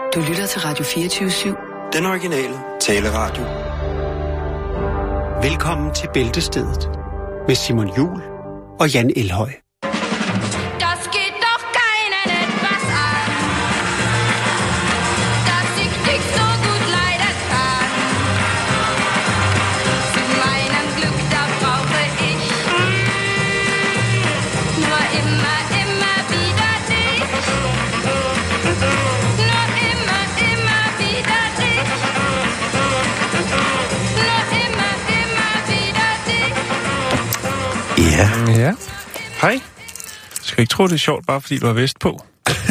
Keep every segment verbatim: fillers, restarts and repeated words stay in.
Du lytter til Radio fireogtyve syv. Den originale taleradio. Velkommen til Bæltestedet med Simon Juhl og Jan Elhøj. Ja. Ja. Hej. Jeg skal ikke tro, det er sjovt, bare fordi du har vest på.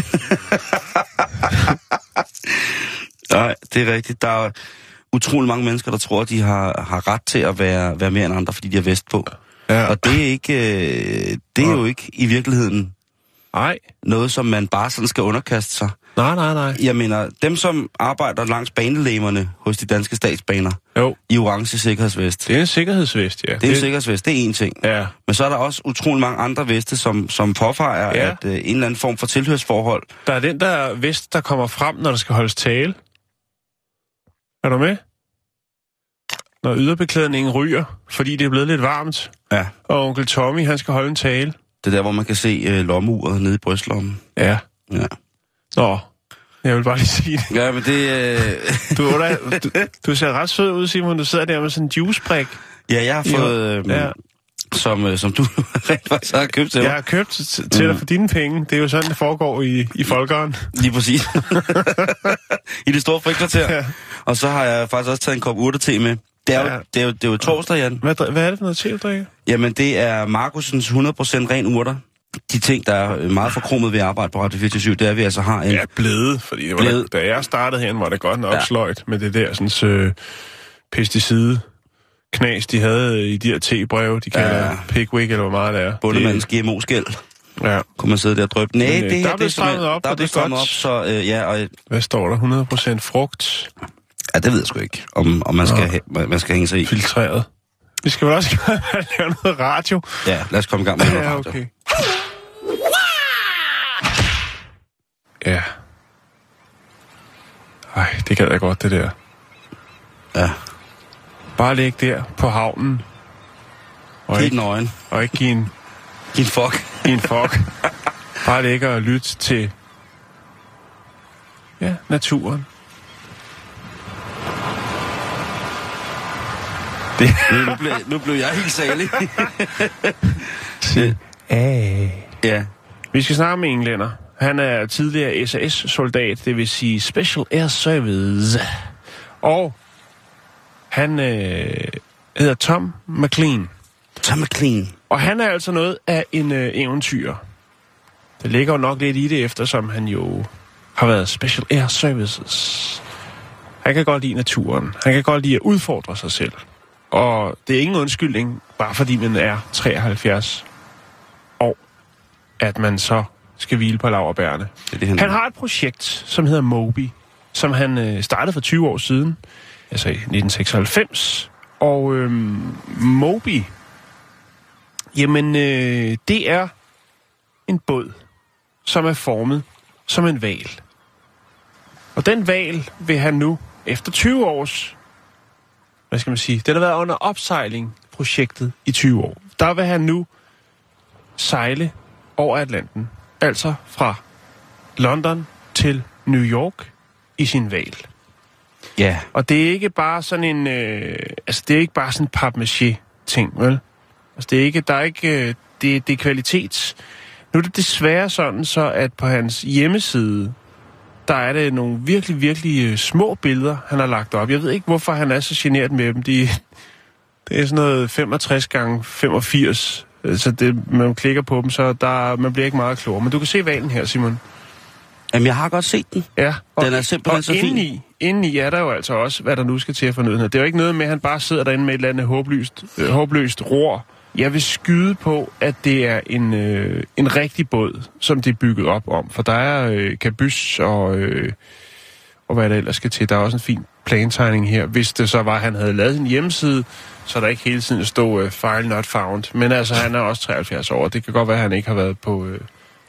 Nej, det er rigtigt. Der er utrolig mange mennesker, der tror, at de har, har ret til at være, være mere end andre, fordi de har vest på. Ja. Og det er, ikke, det er jo ikke i virkeligheden Nej. noget, som man bare sådan skal underkaste sig. Nej, nej, nej. Jeg mener, dem som arbejder langs banelæmerne hos de danske statsbaner, jo. I orange sikkerhedsvest. Det er en sikkerhedsvest, ja. Det er en det... sikkerhedsvest, det er én ting. Ja. Men så er der også utrolig mange andre veste, som, som påfejer, ja. at uh, en eller anden form for tilhørsforhold. Der er den der vest, der kommer frem, når der skal holdes tale. Er du med? Når yderbeklædningen ryger, fordi det er blevet lidt varmt. Ja. Og onkel Tommy, han skal holde en tale. Det er der, hvor man kan se uh, lommeuret nede i brystlommen. Ja. Ja. Nå, jeg vil bare lige sige det. Ja, men det... Øh... du, du, du ser ret sød ud, Simon. Du sidder der med sådan en juicebrik. Ja, jeg har fået... Øh, ja. Som, øh, som du rent faktisk har købt til mig. Jeg har købt t- til dig for dine penge. Det er jo sådan, det foregår i, i folkeren. Lige præcis. I det store frikvarter. Ja. Og så har jeg faktisk også taget en kop urtete med. Det er, ja. jo, det, er jo, det er jo torsdag, Jan. Hvad, hvad er det for noget te, du drikker? Jamen, det er Markusens hundrede procent ren urter. De ting, der er meget forkromet ved at arbejde på Radio fireogtyve syv, det er, at vi altså har en... Ja, blevet, fordi det var blevet. Da, da jeg startede herinde, var det godt nok ja. sløjt med det der sådan øh, pesticide knas, de havde i de her tebreve, de kalder ja. Pigwick, eller hvor meget det er. Bundemandens G M O-skæld. Ja. Kunne man sidde der og drøbe. Nej, det her, der blev strammet op, der og det er strammet godt. Op, så øh, ja, og... Hvad står der? hundrede procent frugt? Ja, det ved jeg sgu ikke, om, om man, skal, ha- man skal hænge sig i. Filtreret. Vi skal vel også lave noget radio? Ja, lad os komme i gang med noget ja, radio. Okay. Ja. Ej, det gad jeg godt, det der. Ja. Bare ligge der på havnen. Og ikke nøgen. Og ikke give en... Give en fuck. Give en fuck. Bare ligge og lytte til... Ja, naturen. Det. Nu, nu, blev, nu blev jeg helt salig. ja. Ja. Vi skal snakke med englænder. Han er tidligere S A S-soldat, det vil sige Special Air Service. Og han øh, hedder Tom McLean. Tom McLean. Og han er altså noget af en øh, eventyr. Det ligger jo nok lidt i det, eftersom han jo har været Special Air Services. Han kan godt lide naturen. Han kan godt lide at udfordre sig selv. Og det er ingen undskyldning, bare fordi man er treoghalvfjerds år, at man så skal hvile på laurbærrene. Det det, han... han har et projekt, som hedder Moby, som han øh, startede for tyve år siden, altså i nitten seksoghalvfems. Og øh, Moby, jamen øh, det er en båd, som er formet som en hval. Og den hval vil han nu, efter tyve års, hvad skal man sige, den har været under opsejling, projektet i tyve år. Der vil han nu sejle over Atlanten. Altså fra London til New York i sin hval. Ja. Yeah. Og det er ikke bare sådan en, øh, altså det er ikke bare sådan en papmaché-ting, vel? Altså det er ikke, der er ikke, øh, det, det er kvalitets. Nu er det desværre sådan, så at på hans hjemmeside, der er det nogle virkelig, virkelig øh, små billeder, han har lagt op. Jeg ved ikke, hvorfor han er så generet med dem. De, det er sådan noget femogtres gange femogfirs. Så det, man klikker på dem, så der, man bliver ikke meget klogere. Men du kan se hvalen her, Simon. Jamen, jeg har godt set den. Ja. Og, den er simpelthen så fin. Indeni, indeni er der jo altså også, hvad der nu skal til at fornødenhed. Det er jo ikke noget med, at han bare sidder derinde med et eller andet håbløst, øh, håbløst ror. Jeg vil skyde på, at det er en, øh, en rigtig båd, som det er bygget op om. For der er øh, kabys og, øh, og hvad der ellers skal til. Der er også en fin plantegning her. Hvis det så var, at han havde lavet en hjemmeside, så der ikke hele tiden stod uh, file not found. Men altså, han er også treoghalvfjerds år. Det kan godt være, at han ikke har været på uh,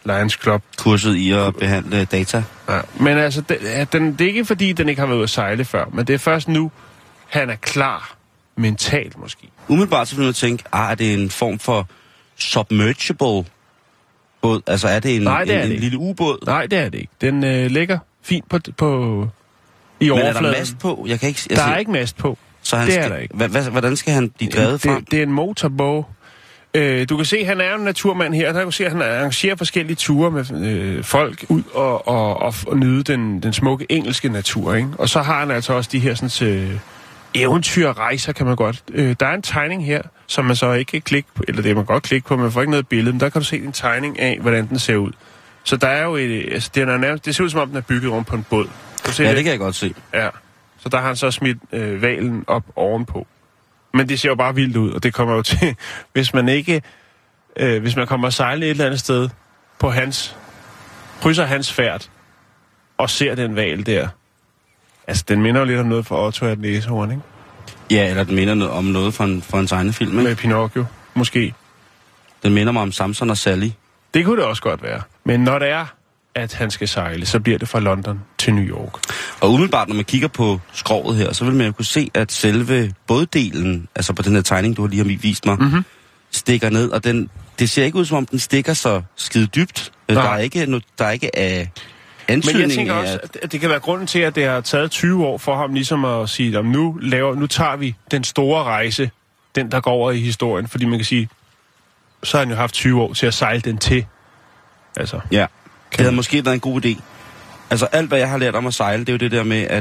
Lions Club. Kurset i at behandle data. Ja. Men altså, den, den, det er ikke fordi, den ikke har været ude at sejle før, men det er først nu, han er klar mentalt måske. Umiddelbart så vil man tænke, ah, er det en form for submergible båd? Altså er det en, Nej, det er en, det en lille ubåd? Nej, det er det ikke. Den øh, ligger fint på, på i overfladen. Men er der mast på? Jeg kan ikke, jeg der ser... er ikke mast på. Så han det skal... er der ikke. Hva, hva, hvordan skal han blive drevet frem? Det, det er en motorbåd. Øh, du kan se, han er en naturmand her. Der kan du se, at han arrangerer forskellige ture med øh, folk ud og, og, og, og nyde den, den smukke engelske natur. Ikke? Og så har han altså også de her sådan, øh, eventyrrejser, kan man godt. Øh, der er en tegning her, som man så ikke kan klikke på, eller det man godt klikke på, men man får ikke noget billede, men der kan du se en tegning af, hvordan den ser ud. Så der er jo et, altså, det, er nærmest, det ser ud som om, den er bygget rundt på en båd. Ja, det? det kan jeg godt se. Ja, så der har han så smidt øh, valen op ovenpå. Men det ser jo bare vildt ud, og det kommer jo til, hvis man ikke, øh, hvis man kommer og sejle et eller andet sted på hans, krydser hans færd, og ser den val der. Altså, den minder jo lidt om noget fra Otto af et næsehorn, ikke? Ja, eller den minder noget om noget fra en, fra en tegnefilm, ikke? Med Pinocchio, måske. Den minder mig om Samson og Sally. Det kunne det også godt være. Men når det er, at han skal sejle, så bliver det fra London til New York. Og umiddelbart, når man kigger på skroget her, så vil man jo kunne se, at selve båddelen, altså på den her tegning, du lige har vist mig, mm-hmm. stikker ned, og den, det ser ikke ud, som om den stikker så skide dybt. Nej. Der er ikke, der er ikke af antydning. Men jeg tænker også, at det kan være grunden til, at det har taget tyve år for ham ligesom at sige, at nu, laver, nu tager vi den store rejse, den der går over i historien, fordi man kan sige, så har han jo haft tyve år til at sejle den til. Altså, ja, det havde måske været en god idé. Altså alt, hvad jeg har lært om at sejle, det er jo det der med, at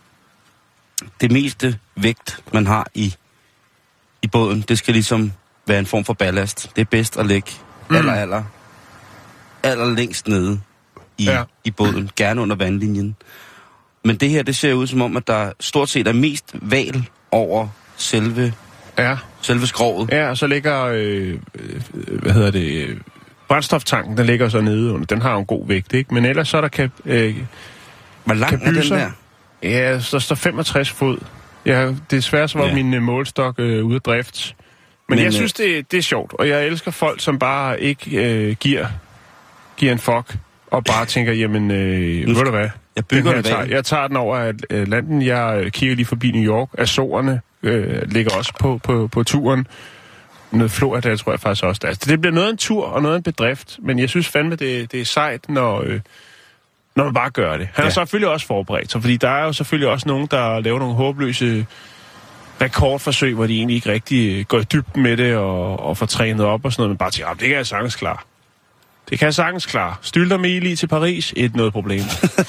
det meste vægt, man har i, i båden, det skal ligesom være en form for ballast. Det er bedst at lægge mm. aller, aller, aller længst nede i, ja. i båden, gerne under vandlinjen. Men det her, det ser ud som om, at der stort set er mest val over selve, ja. selve skroget. Ja, og så ligger, øh, hvad hedder det, øh, brændstoftanken, den ligger så nede under. Den har jo en god vægt, ikke? Men ellers så er der kan, øh, hvor lang er den der? Ja, der står femogtres fod. Ja, desværre så var ja. min øh, målstok øh, ude af drift. Men, Men jeg øh... synes, det, det er sjovt, og jeg elsker folk, som bare ikke øh, giver, giver en fuck, og bare tænker, jamen, øh, ved du hvad? Jeg bygger den tager, jeg tager den over Atlanten, jeg kigger lige forbi New York, Azorerne øh, ligger også på, på, på turen. Noget Florida, tror jeg faktisk også. Altså, det bliver noget af en tur og noget af en bedrift, men jeg synes fandme, det, det er sejt, når, øh, når man bare gør det. Han ja. er selvfølgelig også forberedt, så fordi der er jo selvfølgelig også nogen, der laver nogle håbløse rekordforsøg, hvor de egentlig ikke rigtig går i dybden med det og, og får trænet op og sådan noget, men bare tænker, det kan jeg sagtens klare. Det kan jeg sagtens klare. Stylter mig lige til Paris, et noget problem.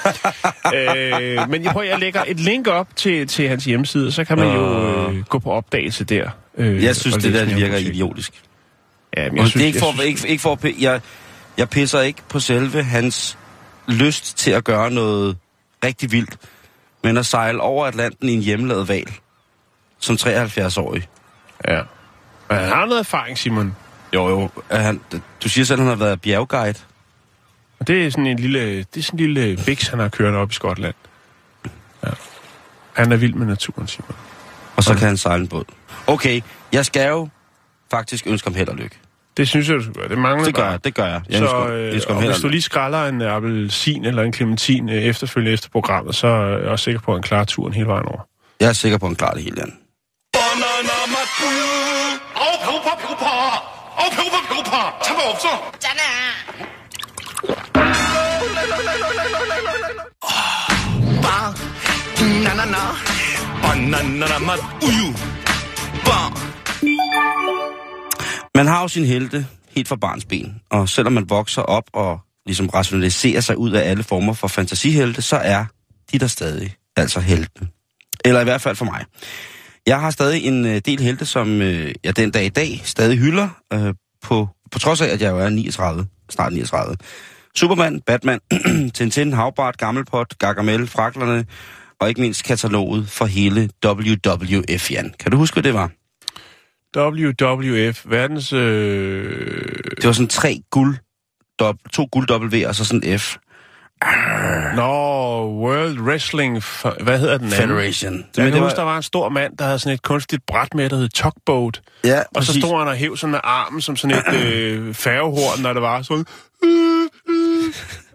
øh, men jeg prøver, jeg lægger et link op til, til hans hjemmeside, så kan man jo øh, gå på opdagelse der. Øh, jeg synes, det der det virker idiotisk. Ja, men jeg synes, det er ikke for, synes... ikke, ikke for jeg, jeg pisser ikke på selve hans lyst til at gøre noget rigtig vildt, men at sejle over Atlanten i en hjemmelavet hval som treoghalvfjerds-årig. Ja. Men han har noget erfaring, Simon. Jo, jo. Han, du siger selv, at han har været bjergguide. Og det er sådan en lille, det er sådan en lille biks, han har kørt op i Skotland. Ja. Han er vild med naturen, Simon. Og så kan han sejle en båd. Okay, jeg skal jo faktisk ønske ham held og lykke. Det synes jeg, du skal gøre. Det mangler det gør bare. Jeg, det gør jeg. jeg så, ønsker, jeg ønsker og hvis du lige skræller en appelsin eller en clementin efterfølgende efter programmet, så er jeg også sikker på, at han klarer turen hele vejen over. Jeg er sikker på, at han klarer det hele, Jan. Man har jo sin helte helt fra barnsben, og selvom man vokser op og ligesom rationaliserer sig ud af alle former for fantasihelte, så er de der stadig, altså helte. Eller i hvert fald for mig. Jeg har stadig en del helte, som øh, jeg den dag i dag stadig hylder, øh, på, på trods af, at jeg jo er niogtredive, snart niogtredive. Superman, Batman, Tintin, Havbart, Gammelpot, Gargamel, Fraklerne, og ikke mindst kataloget for hele W W F, Jan. Kan du huske, hvad det var? W W F, verdens... Øh... Det var sådan tre guld, dob- to guld W, og så sådan F. Nå, World Wrestling, hvad hedder den Federation. Det, jeg kan huske, der var en stor mand, der havde sådan et kunstigt bræt med, der hed Tugboat. Ja, og så stod han og hæv sådan med armen som sådan et øh, færgehorn, når det var sådan... Øh,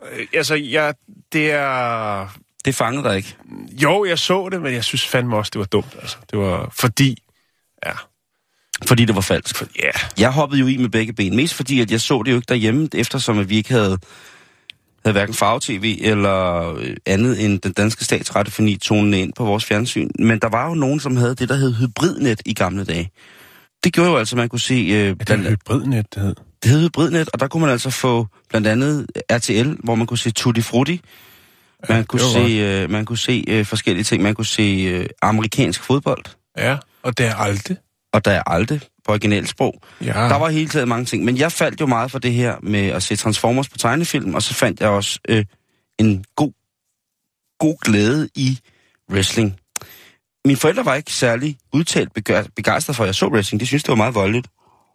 Øh, altså, jeg, det er... Det fangede dig ikke? Jo, jeg så det, men jeg synes fandme også, det var dumt. Altså, det var fordi... Ja. Fordi det var falsk? Ja. Yeah. Jeg hoppede jo i med begge ben. Mest fordi, at jeg så det jo ikke derhjemme, eftersom at vi ikke havde... havde hverken farve-tv eller andet end den danske statsradio tonende ind på vores fjernsyn. Men der var jo nogen, som havde det, der hed hybridnet i gamle dage. Det gjorde jo altså, man kunne se... Øh, det hed hybridnet, det hed? Det hed hybridnet, og der kunne man altså få blandt andet R T L, hvor man kunne se Tutti Frutti. Man, ja, kunne se, øh, man kunne se øh, forskellige ting. Man kunne se øh, amerikansk fodbold. Ja, og der er Alte. Og der er Alte på originalsprog. Ja. Der var hele tiden mange ting. Men jeg faldt jo meget for det her med at se Transformers på tegnefilm, og så fandt jeg også øh, en god, god glæde i wrestling. Mine forældre var ikke særlig udtalt begejstrede for, at jeg så wrestling. De synes det var meget voldeligt.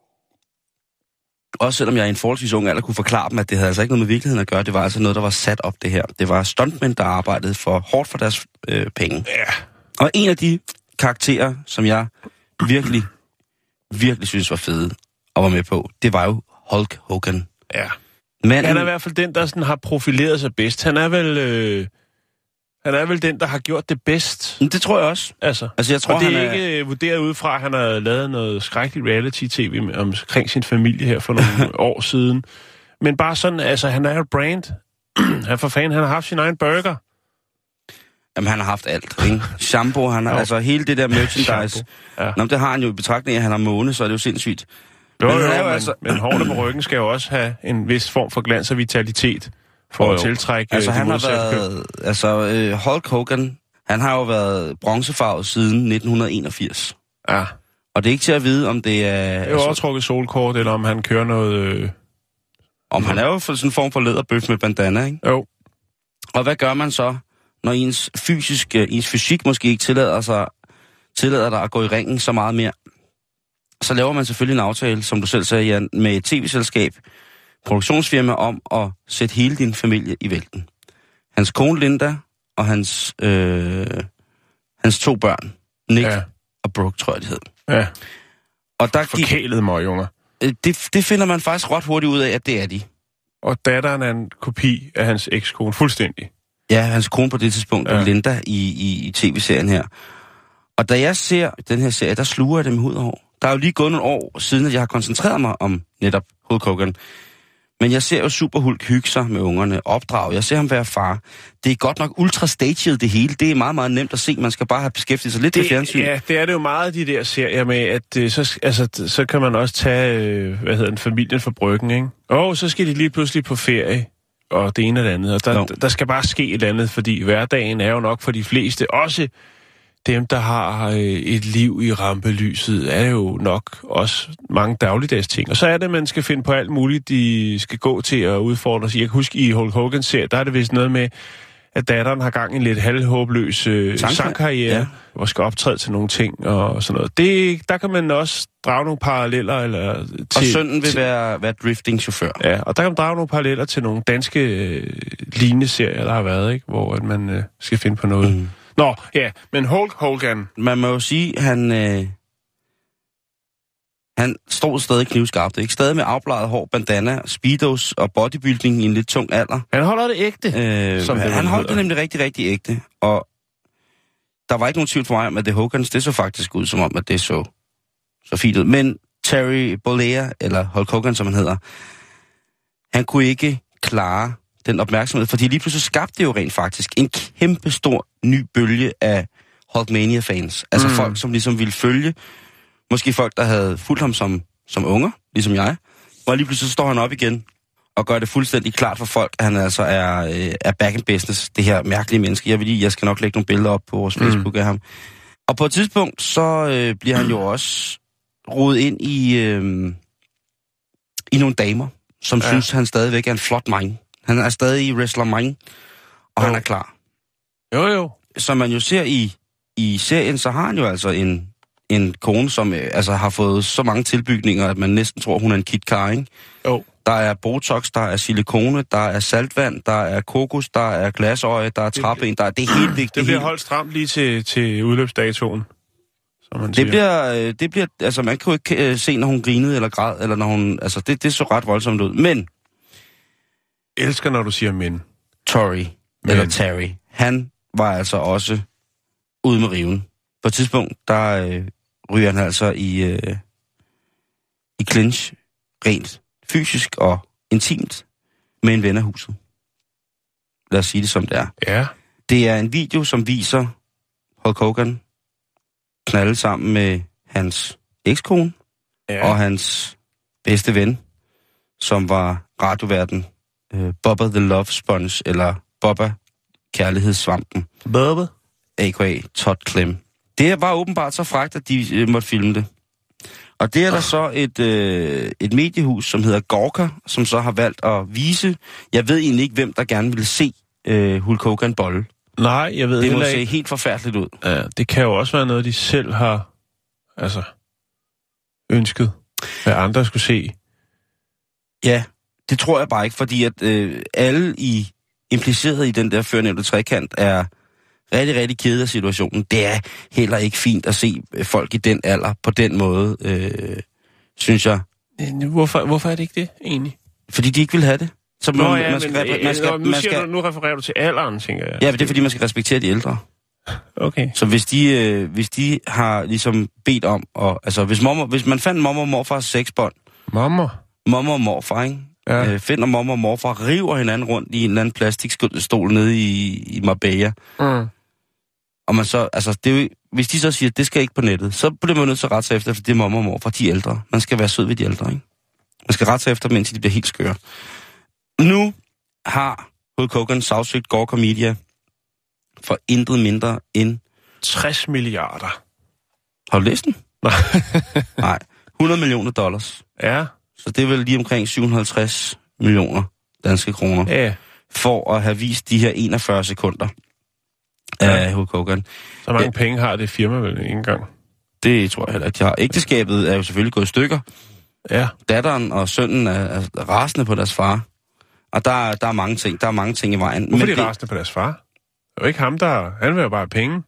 Også selvom jeg i en forholdsvis ung alder kunne forklare dem, at det havde altså ikke noget med virkeligheden at gøre. Det var altså noget, der var sat op, det her. Det var stuntmænd, der arbejdede for hårdt for deres øh, penge. Ja. Og en af de karakterer, som jeg virkelig, virkelig synes var fede og var med på, det var jo Hulk Hogan. Ja. Men han er i hvert fald den, der sådan har profileret sig bedst. Han er vel... Øh... Han er vel den, der har gjort det bedst. Det tror jeg også. Altså, altså jeg tror, og det er han ikke er... vurderet udefra, at han har lavet noget skrækkeligt reality-tv omkring sin familie her for nogle år siden. Men bare sådan, altså han er jo brand. Han for fanden, han har haft sin egen burger. Jamen han har haft alt, ikke? Shampoo, han har, altså hele det der merchandise. Ja. Nå, det har han jo i betragtning af, at han har måne, så er det jo sindssygt. Jo, men, jo, jo, men, altså... men hårene på ryggen skal jo også have en vis form for glans og vitalitet. For jo, at tiltrække altså, de han har været, altså øh, Hulk Hogan, han har jo været bronzefarvet siden nitten enogfirs. Ja. Og det er ikke til at vide, om det er... Det er jo altså, overtrukket solkort, eller om han kører noget... Øh... Om han er jo for sådan en form for læderbøf med bandana, ikke? Jo. Og hvad gør man så, når ens fysiske, ens fysik måske ikke tillader, sig, tillader dig at gå i ringen så meget mere? Så laver man selvfølgelig en aftale, som du selv sagde, Jan, med et tv-selskab, produktionsfirma, om at sætte hele din familie i vælten. Hans kone Linda og hans, øh, hans to børn, Nick ja. og Brooke, tror jeg, det hed. Ja. Og der forkælede møgunger. Det, det finder man faktisk ret hurtigt ud af, at det er de. Og datteren er en kopi af hans ekskone, fuldstændig. Ja, hans kone på det tidspunkt, ja. Linda, i, i, i tv-serien her. Og da jeg ser den her serie, der sluger jeg dem i hud og hår. Der er jo lige gået nogle år siden, at jeg har koncentreret mig om netop Hulk Hogan. Men jeg ser jo Superhulk hygge sig med ungerne, opdrage. Jeg ser ham være far. Det er godt nok ultra staged det hele. Det er meget, meget nemt at se. Man skal bare have beskæftiget sig lidt det, med fjernsyn. Ja, det er det jo meget af de der serier med, at øh, så, altså, så kan man også tage, øh, hvad hedder den, familien fra Bryggen, ikke? Og så skal de lige pludselig på ferie, og det ene og det andet. Og der, no. der skal bare ske et andet, fordi hverdagen er jo nok for de fleste, også dem, der har øh, et liv i rampelyset, er jo nok også mange dagligdags ting. Og så er det, man skal finde på alt muligt, de skal gå til at udfordre sig. Jeg kan huske, i Hulk Hogan serie, der er det vist noget med, at datteren har gang i en lidt halvhåbløs øh, sangkarriere, ja. og skal optræde til nogle ting og sådan noget. Det, der kan man også drage nogle paralleller. Eller til, og sønnen vil være, være drifting-chauffør. Ja, og der kan man drage nogle paralleller til nogle danske øh, lignende-serier, der har været, ikke, hvor at man øh, skal finde på noget. Mm. Nå, ja, men Hulk Hogan... Man må jo sige, han... Øh, han stod stadig knivskarpt, ikke? Stadig med afbladet hår, bandana, speedos og bodybuilding i en lidt tung alder. Han holder det ægte, øh, som Han, det han holdt det nemlig rigtig, rigtig ægte. Og der var ikke nogen tvivl for mig om, at det Hogans, det så faktisk ud som om, at det så, så fint ud. Men Terry Bollea, eller Hulk Hogan, som han hedder, han kunne ikke klare den opmærksomhed, fordi lige pludselig skabte det jo rent faktisk en kæmpe stor ny bølge af Hulkmania-fans. Altså mm. folk, som ligesom ville følge, måske folk, der havde fulgt ham som, som unger, ligesom jeg, og lige pludselig står han op igen og gør det fuldstændig klart for folk, at han altså er, øh, er back in business, det her mærkelige menneske. Jeg vil lige, jeg skal nok lægge nogle billeder op på vores Facebook mm. af ham. Og på et tidspunkt, så øh, bliver han jo også rodet ind i, øh, i nogle damer, som ja. synes, han stadigvæk er en flot mand. Han er stadig i wrestler mind, og jo. han er klar. Jo, jo. Som man jo ser i, i serien, så har han jo altså en, en kone, som øh, altså har fået så mange tilbygninger, at man næsten tror, hun er en KitKar, ikke? Jo. Der er botox, der er silikone, der er saltvand, der er kokos, der er glasøje, der er trappen, der er det helt vigtigt. Det bliver holdt stramt lige til, til udløbsdatoen, som man det siger. Bliver, det bliver, altså man kan jo ikke se, når hun grinede eller græd, eller når hun, altså det, det så ret voldsomt ud. Men elsker, når du siger men. Tory, men. eller Terry, han var altså også ude med riven. På et tidspunkt, der øh, ryger han altså i, øh, i clinch, rent fysisk og intimt, med en ven af huset. Lad os sige det, som det er. Ja. Det er en video, som viser Hulk Hogan knalde sammen med hans ekskone ja. og hans bedste ven, som var radioverden øh, Bubba the Love Sponge, eller Bubba Kærlighedssvampen. Bubba? A K A Todd Clem. Det var åbenbart så frækt, at de øh, måtte filme det. Og det er der så et, øh, et mediehus, som hedder Gawker, som så har valgt at vise. Jeg ved egentlig ikke, hvem der gerne vil se øh, Hulk Hogan bolle. Nej, jeg ved det må ikke. se helt forfærdeligt ud. Ja, det kan jo også være noget, de selv har altså, ønsket, hvad andre skulle se. Ja, det tror jeg bare ikke, fordi at øh, alle i impliceret i den der førnævnte trekant er rigtig, rigtig kede af situationen. Det er heller ikke fint at se folk i den alder på den måde, øh, synes jeg. Hvorfor, hvorfor er det ikke det, egentlig? Fordi de ikke vil have det. Så Nå, man, ja, man skal, men, man skal, nu, man skal, skal, du, nu refererer du til alderen, tænker jeg. Ja, men det er fordi, man skal respektere de ældre. Okay. Så hvis de, øh, hvis de har ligesom bedt om, og, altså hvis, mormor, hvis man fandt mormor og morfars sexbånd. Mormor? Mormor og morfar, ikke? Ja. Øh, finder mormor og morfar, river hinanden rundt i en eller anden plastikstol nede i, i Marbella. Mm. Og man så, altså, det er jo, hvis de så siger, at det skal ikke på nettet, så bliver man nødt til at rette sig efter, for det er mormor og morfar, de er ældre. Man skal være sød ved de ældre, ikke? Man skal rette sig efter, mens de bliver helt skøre. Nu har Hulk Hogan sagsøgt Gawker Media for intet mindre end tres milliarder. Har du læst den? Nej. Nej. hundrede millioner dollars. Ja. Så det er vel lige omkring syv hundrede og halvtreds millioner danske kroner. Ja. For at have vist de her enogfyrre sekunder af ja. Hulk Hogan. Så mange ja. penge har det firma vel ikke engang? Det tror jeg heller ikke, de har. Ægteskabet er jo selvfølgelig gået i stykker. Ja. Datteren og sønnen er, er rasende på deres far. Og der, der er mange ting. Der er mange ting i vejen. Hvorfor Men er de det... rasende på deres far? Det er jo ikke ham, der... Han vil jo bare have penge.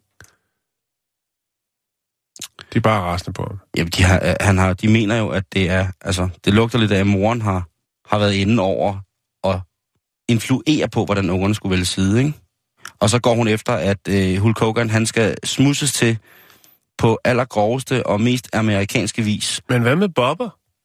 De er bare rasende på ham. Jamen, de, har, han har, de mener jo, at det er... Altså, det lugter lidt af, at moren har, har været inde over og influere på, hvordan ungerne skulle vælge side, ikke? Og så går hun efter, at øh, Hulk Hogan, han skal smusses til på allergroveste og mest amerikanske vis. Men hvad med Bubba?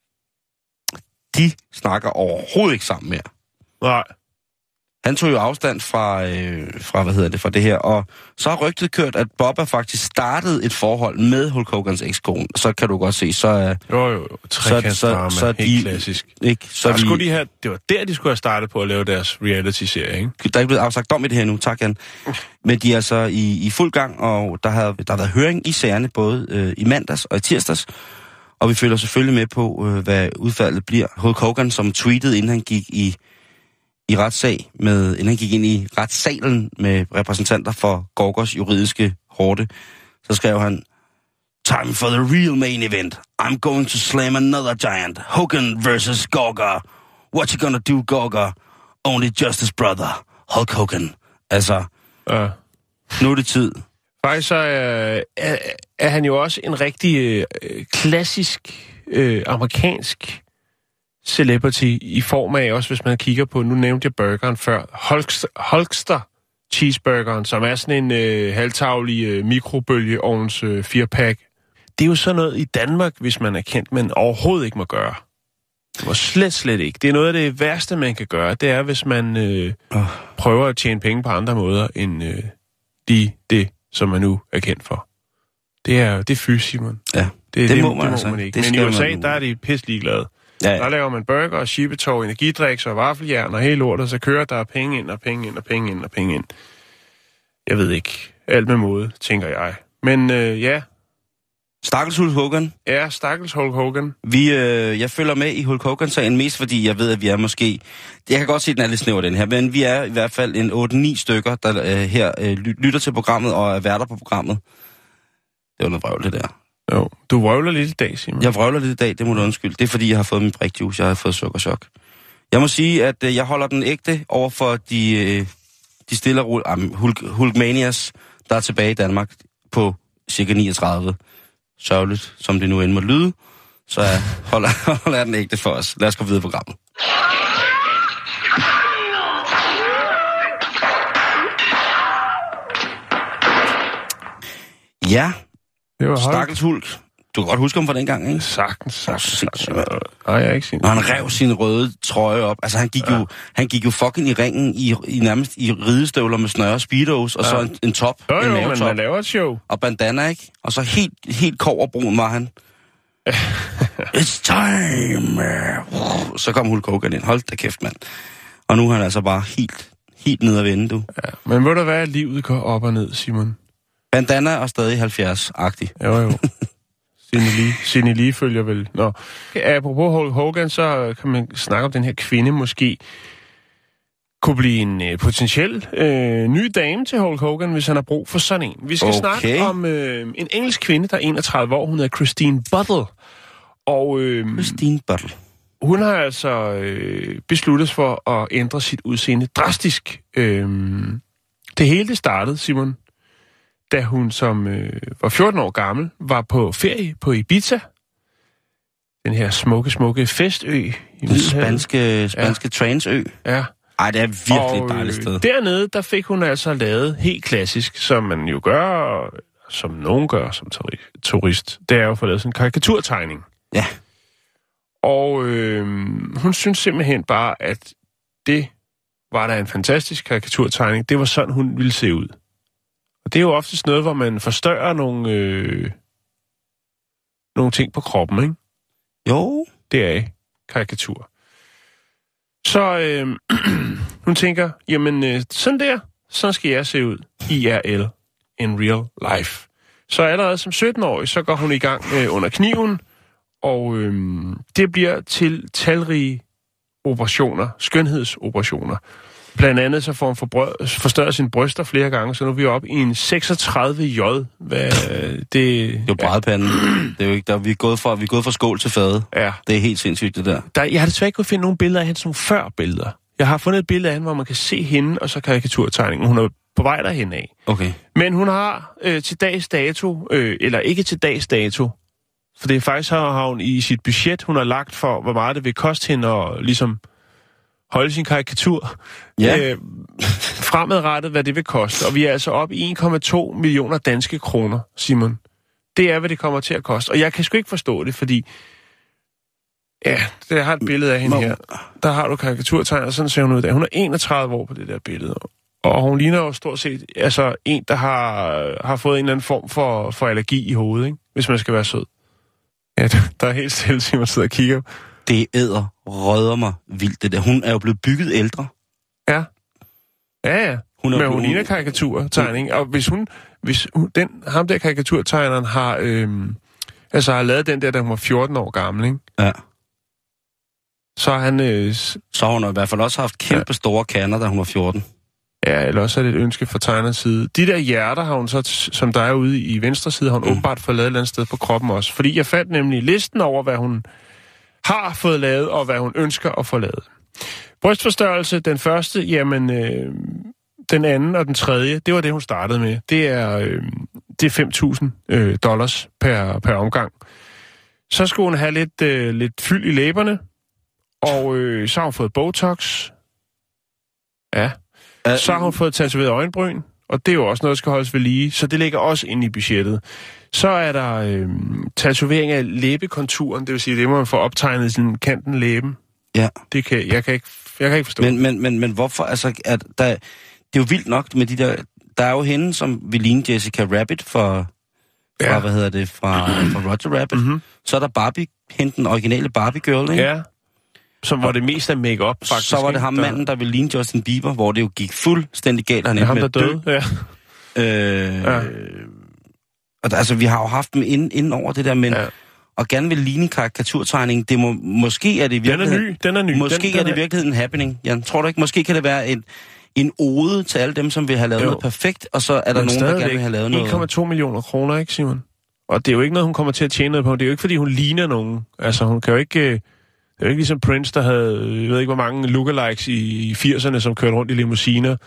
De snakker overhovedet ikke sammen mere. Nej. Han tog jo afstand fra, øh, fra, hvad hedder det, fra det her, og så har rygtet kørt, at Bubba faktisk startede et forhold med Hulk Hogans ekskone. Så kan du godt se, så er... Jo, jo, trekantsdrama, så, så, så helt de, klassisk. Ikke, så de, skulle de have, det var der, de skulle have startet på at lave deres reality-serie, ikke? Der er ikke blevet afsagt dom i det her nu, tak Jan. Men de er altså i, i fuld gang, og der har, der har været høring i sagerne, både øh, i mandags og i tirsdags. Og vi følger selvfølgelig med på, øh, hvad udfaldet bliver. Hulk Hogan, som tweetede, inden han gik i... i retssag med, inden han gik ind i retssalen med repræsentanter for Gawkers juridiske hårde, så skrev han, "Time for the real main event. I'm going to slam another giant. Hogan versus Gawker. What you gonna do, Gawker? Only justice, brother. Hulk Hogan." Altså, ja. Nu er det tid. Faktisk så øh, er, er han jo også en rigtig øh, klassisk øh, amerikansk celebrity i form af, også hvis man kigger på, nu nævnte jeg burgeren før, Hulkster, Hulkster cheeseburgeren, som er sådan en øh, halvtavlig øh, mikrobølgeovns øh, firepack. Det er jo sådan noget i Danmark, hvis man er kendt, men overhovedet ikke må gøre. Det må slet, slet ikke. Det er noget af det værste, man kan gøre. Det er, hvis man øh, oh. prøver at tjene penge på andre måder, end øh, de, det, som man nu er kendt for. Det er det er fys, Simon. Ja, det, det, det må man, det må altså. man ikke. Men i U S A, der er de pisse ligeglade. Ja, ja. Der laver man burger og skibetog, energidriks og vaffeljern og hele lortet, så kører der penge ind og penge ind og penge ind og penge ind. Jeg ved ikke. Alt med måde, tænker jeg. Men øh, ja. Stakkels Hulk Hogan. Ja, stakkels Hulk Hogan. Vi, øh, jeg følger med i Hulk Hogan-sagen mest, fordi jeg ved, at vi er måske... Jeg kan godt se, at den er lidt snæver, den her, men vi er i hvert fald en otte ni stykker, der øh, her øh, lytter til programmet og er værter på programmet. Det var noget vrøvl, det der. Jo, du vrøvler lidt i dag, Simon. Jeg vrøvler lidt i dag, det må du undskylde. Det er, fordi jeg har fået min brikjuice, jeg har fået sukkerchok. Jeg må sige, at øh, jeg holder den ægte over for de, øh, de stille og rolige um, Hulk, Hulkmanias, der er tilbage i Danmark på cirka niogtredive. Sørgeligt, som det nu end må lyde. Så jeg holder, holder jeg den ægte for os. Lad os gå videre på programmet. Ja, Det var stakkels Hulk. Du kan godt huske ham fra den gang, ikke? Sagtens, sagtens. Oh, Nej, jeg har ikke set og han rev sin røde trøje op. Altså, han gik, ja. jo, han gik jo fucking i ringen i, i nærmest i ridestøvler med snøre, speedos, og ja. så en, en top. Jo, en jo, men man laver et show. Og bandana, ikke? Og så helt, helt kobberbrun var han. It's time! Så kom Hulk Hogan ind. Hold da kæft, mand. Og nu er han altså bare helt, helt nede at vende, du. Ja, men ved du hvad, livet går op og ned, Simon? Bandana og stadig halvfjerds-agtig. Jo, jo. Sidney Lee følger vel. Nå. Apropos Hulk Hogan, så kan man snakke om den her kvinde måske kunne blive en øh, potentiel øh, ny dame til Hulk Hogan, hvis han har brug for sådan en. Vi skal okay. snakke om øh, en engelsk kvinde, der er enogtredive år. Hun hedder Christine Buttle. Og, øh, Christine Buttle. Hun har altså øh, besluttet for at ændre sit udseende drastisk. Øh, det hele det startede, Simon, da hun som øh, var fjorten år gammel, var på ferie på Ibiza. Den her smukke, smukke festø i Den spanske, spanske ja. transø. Ja. Ej, det er virkelig et dejligt sted. Dernede, der fik hun altså lavet helt klassisk, som man jo gør, som nogen gør som turist. Det er jo for lavet sådan en karikaturtegning. Ja. Og øh, hun synes simpelthen bare, at det var da en fantastisk karikaturtegning. Det var sådan, hun ville se ud. Og det er jo oftest noget, hvor man forstørrer nogle, øh, nogle ting på kroppen, ikke? Jo. Det er karikatur. Så øh, hun tænker, jamen øh, sådan der, sådan skal jeg se ud. I R L. In real life. Så allerede som sytten-årig, så går hun i gang øh, under kniven, og øh, det bliver til talrige operationer, skønhedsoperationer. Blandt andet så får hun forbrød, forstørret sine bryster flere gange, så nu er vi oppe i en seksogtredive J. Hvad, det, det er jo brædepanden. Det er jo ikke der. Vi er gået fra, vi er gået fra skål til fade. Ja. Det er helt sindssygt, det der. der. Jeg har desværre ikke kunnet finde nogle billeder af hende, sådan nogle før-billeder. Jeg har fundet et billede af hende, hvor man kan se hende, og så karikaturtegningen. Hun er på vej derhen af. Okay. Men hun har øh, til dags dato, øh, eller ikke til dags dato, for det er faktisk, har hun i sit budget, hun har lagt for, hvor meget det vil koste hende at ligesom holde sin karikatur ja. øh, fremadrettet, hvad det vil koste. Og vi er altså oppe i en komma to millioner danske kroner, Simon. Det er, hvad det kommer til at koste. Og jeg kan sgu ikke forstå det, fordi ja, jeg har et billede af hende her. Der har du karikaturtegnet, og sådan ser hun ud af. Hun er enogtredive år på det der billede. Og hun ligner jo stort set altså en, der har, har fået en eller anden form for, for allergi i hovedet, ikke? Hvis man skal være sød. Ja, der er helt stille, Simon sidder og kigger. Det æder rødder mig vildt, det der. Hun er jo blevet bygget ældre. Ja. Ja, ja. Hun er Men hun ligner karikaturtegning. Og hvis hun, hvis hun, den, ham der karikaturtegneren har, øhm, altså har lavet den der, da hun var fjorten år gammel, ikke? Ja. Så har han... Øh, så har hun i hvert fald også haft kæmpe ja. store kander, da hun var fjorten. Ja, eller også er det et ønske fra tegnerens side. De der hjerter har hun så, som der er ude i venstre side, har hun mm. åbenbart fået lavet et eller andet sted på kroppen også. Fordi jeg fandt nemlig listen over, hvad hun har fået lavet, og hvad hun ønsker at få lavet. Brystforstørrelse, den første, jamen, øh, den anden og den tredje, det var det, hun startede med. Det er, øh, det er fem tusind øh, dollars per, per omgang. Så skulle hun have lidt, øh, lidt fyld i læberne, og øh, så har hun fået Botox. Ja. Så har hun fået tatoveret øjenbryn, og det er jo også noget, der skal holdes ved lige, så det ligger også inde i budgettet. Så er der øh, tatovering af læbekonturen, det vil sige, det må man få optegnet sådan kanten læben. Ja. Det kan, jeg, kan ikke, jeg kan ikke forstå. Men, men, men, men hvorfor, altså, at der, det er jo vildt nok med de der, der er jo hende, som vil ligne Jessica Rabbit fra, fra ja. hvad hedder det, fra, fra Roger Rabbit. Mm-hmm. Så er der Barbie, hende den originale Barbie-girl, ikke? Ja. Som var det mest af make-up, faktisk. Så var det ham der... manden, der ville ligne Justin Bieber, hvor det jo gik fuldstændig galt. Han ja, ham, der døde, død. Ja. Øh, ja. Og der, altså, vi har jo haft dem inden, inden over det der, men... Ja. Og gerne vil ligne karikaturtegning, det må, måske er det i virkeligheden... Den er ny, den er ny. Måske den, den er det i virkeligheden en happening. Jeg tror du ikke, måske kan det være en, en ode til alle dem, som vil have lavet jo. noget perfekt, og så er der men nogen, der gerne vil have lavet noget... en komma to millioner kroner, ikke, Simon? Og det er jo ikke noget, hun kommer til at tjene noget på. Det er jo ikke, fordi hun ligner nogen. Altså, hun kan jo ikke... Det er jo ikke ligesom Prince, der havde, jeg ved ikke, hvor mange lookalikes i firserne, som kørte rundt i limousiner,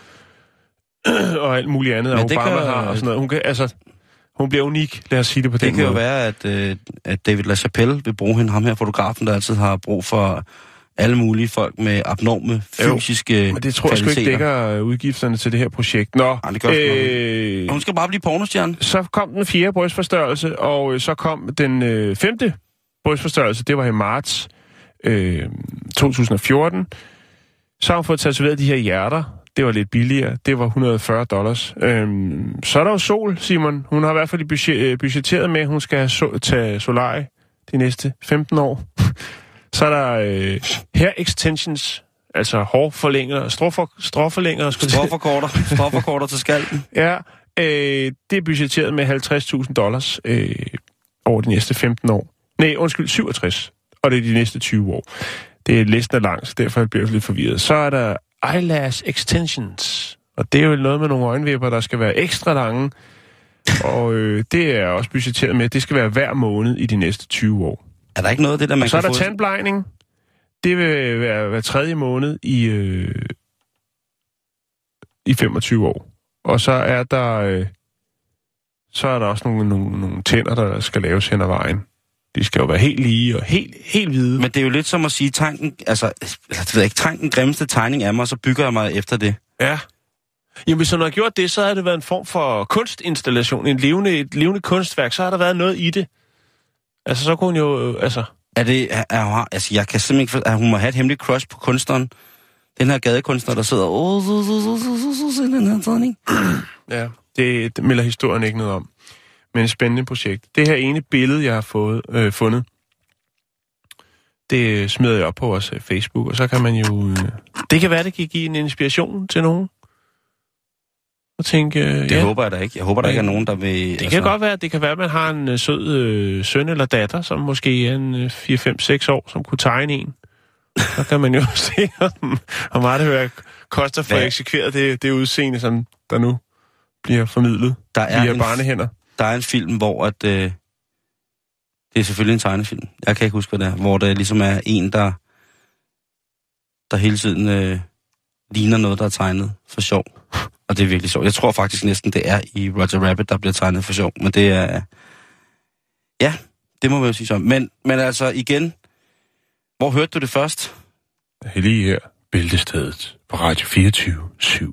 og alt muligt andet, og Obama kan, har og sådan noget. Hun, kan, altså, hun bliver unik, lad os sige det på det den måde. Det kan jo være, at, at David LaChapelle vil bruge hende, ham her fotografen, der altid har brug for alle mulige folk med abnorme fysiske jo, men det tror jeg sgu ikke dækker udgifterne til det her projekt. Nå, Ej, det gør øh, hun skal bare blive pornostjerne. Så kom den fjerde brystforstørrelse, og øh, så kom den øh, femte brystforstørrelse, det var i marts øh, to tusind og fjorten. Så har hun fået tatoveret de her hjerter. Det var lidt billigere. Det var et hundrede og fyrre dollars. Øhm, så er der jo Sol, Simon. Hun har i hvert fald budget, budgetteret med, at hun skal have so- tage Solari de næste femten år. Så er der øh, hair extensions, altså hårforlænger, stråfor, stråforlænger. Stråforkorter. Stråforkorter til skalden. Ja, øh, det er budgetteret med halvtreds tusind dollars øh, over de næste femten år. Nej, undskyld, syvogtres. Og det er de næste tyve år. Det er listen er lang, så derfor bliver jeg lidt forvirret. Så er der eyelash extensions. Og det er jo noget med nogle øjenvipper, der skal være ekstra lange. Og øh, det er også budgetteret med, det skal være hver måned i de næste tyve år. Er der ikke noget af det, der man så kan få... Så er der tandplejning. Det vil være hver tredje måned i, øh, i femogtyve år. Og så er der øh, så er der også nogle, nogle, nogle tænder, der skal laves hen ad vejen. De skal jo være helt lige og helt, helt hvide. Men det er jo lidt som at sige, tanken, altså, det ved jeg ikke, tanken grimmeste tegning af mig, så bygger jeg mig efter det. Ja. Jamen, hvis hun har gjort det, så har det været en form for kunstinstallation, en levende, et levende kunstværk, så har der været noget i det. Altså, så kunne hun jo, altså... Er det, er, er, altså, jeg kan simpelthen ikke forstå, at hun må have et hemmeligt crush på kunstneren. Den her gadekunstner, der sidder, åh, så, så, så, så, så, så, den her tegning. Ja, det, det melder historien ikke noget om. Men et spændende projekt. Det her ene billede, jeg har fået, øh, fundet, det smider jeg op på vores Facebook, og så kan man jo... Øh, det kan være, det kan give en inspiration til nogen. Og tænke... Øh, det ja, håber jeg da ikke. Jeg håber, der ikke er nogen, der vil... Det altså... kan godt være. Det kan være, at man har en øh, sød øh, søn eller datter, som måske er en øh, fire fem seks år, som kunne tegne en. Så kan man jo se, hvor meget det hører koster for at eksekvere det, det udseende, som der nu bliver formidlet der er via en, barnehænder. Der er en film, hvor at, øh, det er selvfølgelig en tegnefilm. Jeg kan ikke huske, hvad det er. Hvor der ligesom er en, der, der hele tiden øh, ligner noget, der er tegnet for sjov. Og det er virkelig sjovt. Jeg tror faktisk næsten, det er i Roger Rabbit, der bliver tegnet for sjov. Men det er... Ja, det må man jo sige så. Men, men altså igen, hvor hørte du det først? Lige her, Bæltestedet på Radio fireogtyve syv.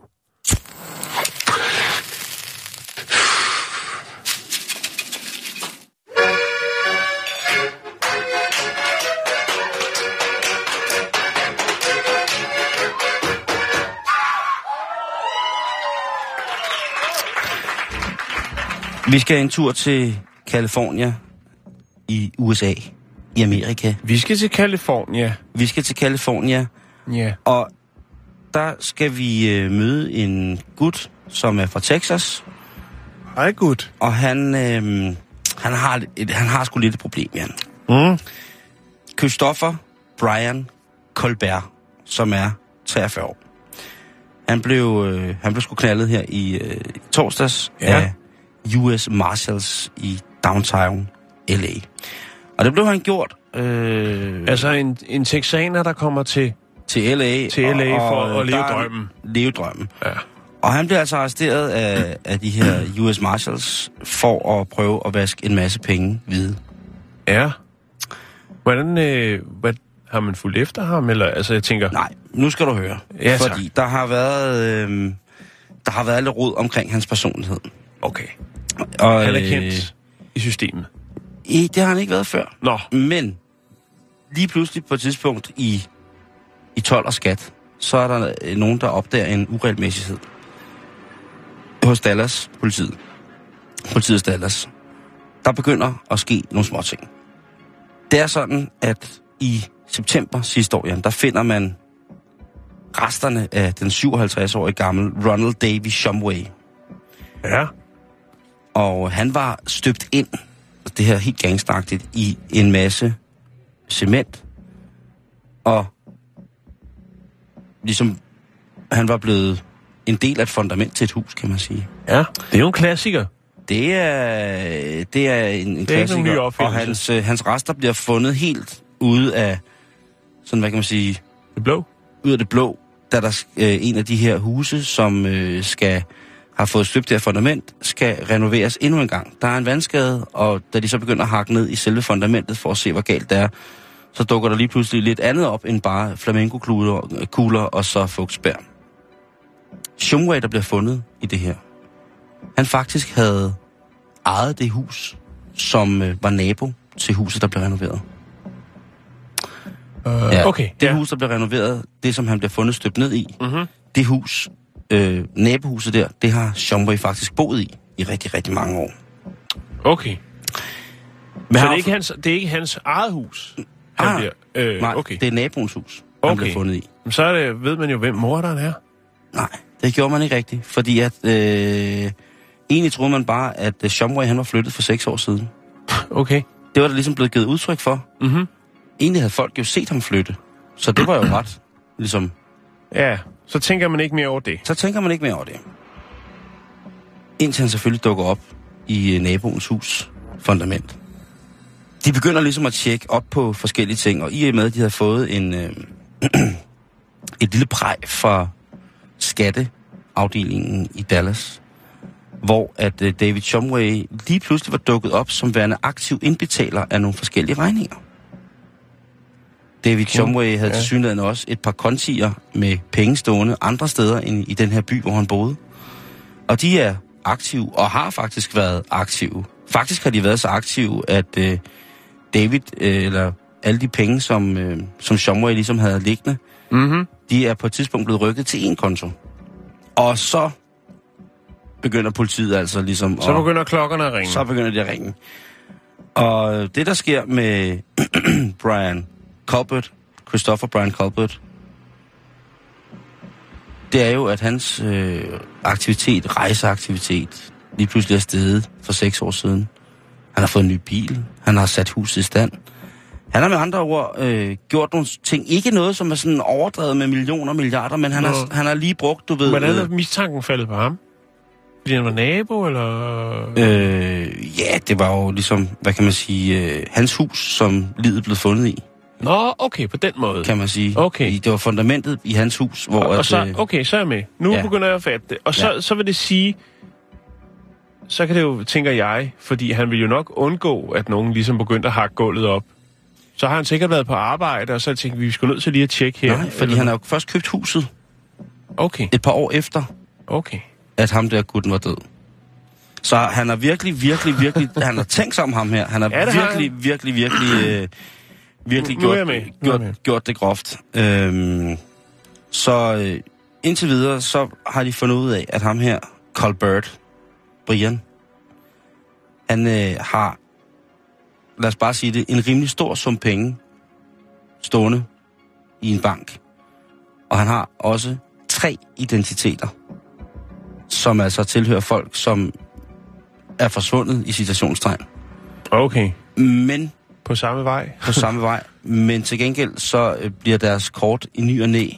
Vi skal en tur til California i U S A, i Amerika. Vi skal til California. Vi skal til California. Ja. Og der skal vi øh, møde en gut, som er fra Texas. Hej gut. Og han, øh, han, har, et, han har sgu lidt et problem, Jan. Mm. Christopher Brian Colbert, som er treogfyrre år. Han blev, øh, han blev sgu knaldet her i øh, torsdags ja. af U S Marshals i downtown L A. Og det blev han gjort. Øh, altså en, en texaner, der kommer til, til L A, til L A for og, at leve drømmen. Leve drømmen. Ja. Og han blev altså arresteret af, af de her U S Marshals for at prøve at vaske en masse penge hvide. Ja. Hvordan, øh, hvad, har man fulgt efter ham? Eller, altså, jeg tænker... Nej, nu skal du høre. Ja, fordi der har været, øh, der har været lidt rod omkring hans personlighed. Okay. Og, han er kendt øh, i systemet. I, det har han ikke været før. Nå. Men lige pludselig på et tidspunkt i, i told og skat, så er der nogen, der opdager en uregelmæssighed hos Dallas politiet. Politiets Dallas. Der begynder at ske nogle små ting. Det er sådan, at i september sidste år, Jan, der finder man resterne af den syvoghalvtreds-årige gamle Ronald Davy Shumway. Ja. Og han var støbt ind, det her helt gangstagtigt, i en masse cement. Og ligesom han var blevet en del af et fundament til et hus, kan man sige. Ja, det er jo en klassiker. Det er, det er en, en det klassiker, og hans, øh, hans rester bliver fundet helt ude af, sådan hvad kan man sige... Det blå? Ud af det blå, da der øh, en af de her huse, som øh, skal har fået støbt det her fundament, skal renoveres endnu en gang. Der er en vandskade, og da de så begynder at hakke ned i selve fundamentet for at se, hvor galt det er, så dukker der lige pludselig lidt andet op end bare flamenco-kugler kugler og så fugtsbær. Shumway, der bliver fundet i det her, han faktisk havde ejet det hus, som øh, var nabo til huset, der blev renoveret. Uh, ja, okay. Det ja. hus, der blev renoveret, det som han blev fundet støbt ned i, Mm-hmm. det hus, øh, nabohuset der, det har Shumway faktisk boet i, i rigtig, rigtig mange år. Okay. Men så det er, ikke hans, det er ikke hans eget hus, han ah, bliver... Øh, nej, okay. det er naboens hus, okay. han blev fundet i. Så er det, ved man jo, hvem morderen er. Nej, det gjorde man ikke rigtigt, fordi at... Øh, egentlig troede man bare, at Shumway, han var flyttet for seks år siden. Okay. Det var der ligesom blevet givet udtryk for. Mhm. Egentlig havde folk jo set ham flytte, så det var jo ret, ligesom... Ja, så tænker man ikke mere over det. Så tænker man ikke mere over det. Indtil han selvfølgelig dukker op i naboens hus fundament. De begynder ligesom at tjekke op på forskellige ting, og i og med, at de havde fået en, øh, et lille præg fra skatteafdelingen i Dallas, hvor at øh, David Shumway lige pludselig var dukket op som værende aktiv indbetaler af nogle forskellige regninger. David Shumway havde ja. tilsyneladende også et par kontier med penge stående andre steder end i den her by, hvor han boede. Og de er aktive, og har faktisk været aktive. Faktisk har de været så aktive, at øh, David, øh, eller alle de penge, som, øh, som Shumway ligesom havde liggende, Mhm. de er på et tidspunkt blevet rykket til en konto. Og så begynder politiet altså ligesom... Så begynder klokkerne at ringe. Så begynder de at ringe. Og det, der sker med Brian Colbert, Christopher Brian Colbert, det er jo, at hans øh, aktivitet, rejseaktivitet, lige pludselig er steget for seks år siden. Han har fået en ny bil. Han har sat huset i stand. Han har med andre ord øh, gjort nogle ting. Ikke noget, som er sådan overdrevet med millioner og milliarder, men han har, han har lige brugt, du ved... Hvordan er mistanken faldet på ham? Fordi han var nabo, eller...? Øh, ja, det var jo ligesom, hvad kan man sige, øh, hans hus, som livet blev fundet i. Nå, okay, på den måde. Kan man sige. Okay. I, det var fundamentet i hans hus, hvor... Og, og at, så, okay, så er jeg med. Nu ja. begynder jeg at fatte det. Og så, Ja. så vil det sige... Så kan det jo, tænker jeg, fordi han vil jo nok undgå, at nogen ligesom begyndte at hakke gulvet op. Så har han sikkert været på arbejde, og så tænkte vi, vi skulle nødt til lige at tjekke her. Nej, fordi eller... han har jo først købt huset Okay, et par år efter, okay. at ham der gutten var død. Så han har virkelig, virkelig, virkelig... han har tænkt sig om ham her. Han har Ja, det har virkelig, han. virkelig, virkelig, øh, virkelig Nu er gjort, jeg med. Nu er jeg gjort, med. gjort det groft. Øhm, så øh, indtil videre, så har de fundet ud af, at ham her, Colbert, Brian, han øh, har, lad os bare sige det, en rimelig stor sum penge stående i en bank. Og han har også tre identiteter, som altså tilhører folk, som er forsvundet i citationstegn. Okay, Men på samme vej. på samme vej. Men til gengæld så øh, bliver deres kort i ny og næ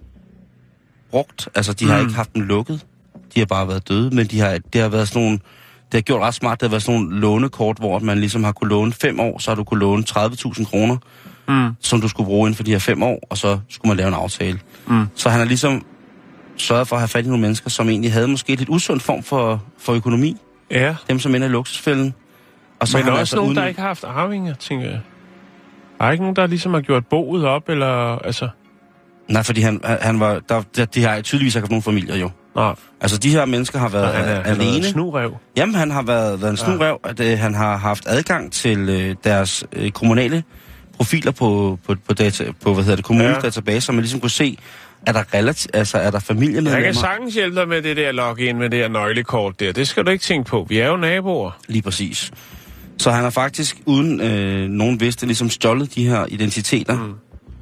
brugt. Altså, de har Mm. ikke haft den lukket. De har bare været døde, men de har, det har været sådan nogle... Det har gjort ret smart. Det har været sådan nogle lånekort, hvor man ligesom har kunne låne fem år, så har du kunne låne tredive tusind kroner, Mm. som du skulle bruge inden for de her fem år, og så skulle man lave en aftale. Mm. Så han har ligesom sørget for at have fat i nogle mennesker, som egentlig havde måske et lidt usund form for, for økonomi. Ja, Dem, som ender i luksusfælden. Og så men har også han altså nogen, uden... der ikke har haft arvinger, tænker jeg. Der er ikke nogen, der ligesom har gjort boet op, eller altså... Nej, fordi han, han var... Der, der, de har tydeligvis ikke haft nogen familier, jo. Nå, Altså, de her mennesker har været han er, han er alene. en snurev. Jamen, han har været, været en snurev, at øh, han har haft adgang til øh, deres øh, kommunale profiler på, på, på, data, på hvad hedder det, kommunens Ja. database, så man ligesom kunne se, er der, relati- altså, er der familiemedlemmer? Jeg kan sagtens hjælpe dig med det der login med det her nøglekort der. Det skal du ikke tænke på. Vi er jo naboer. Lige præcis. Så han har faktisk, uden øh, nogen vidste, ligesom stjålet de her identiteter, mm.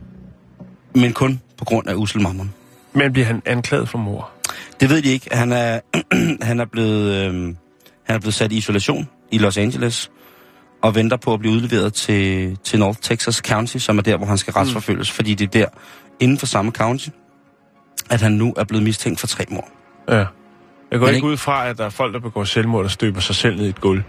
men kun på grund af uselmammon. Men bliver han anklaget for mord? Det ved de ikke. Han er, han er, blevet, øh, han er blevet sat i isolation i Los Angeles, og venter på at blive udleveret til, til North Texas County, som er der, hvor han skal retsforfølges, mm. fordi det er der, inden for samme county, at han nu er blevet mistænkt for tre mord. Ja. Jeg går Men ikke ikke- ud fra, at der er folk, der begår selvmord og støber sig selv ned i et gulv.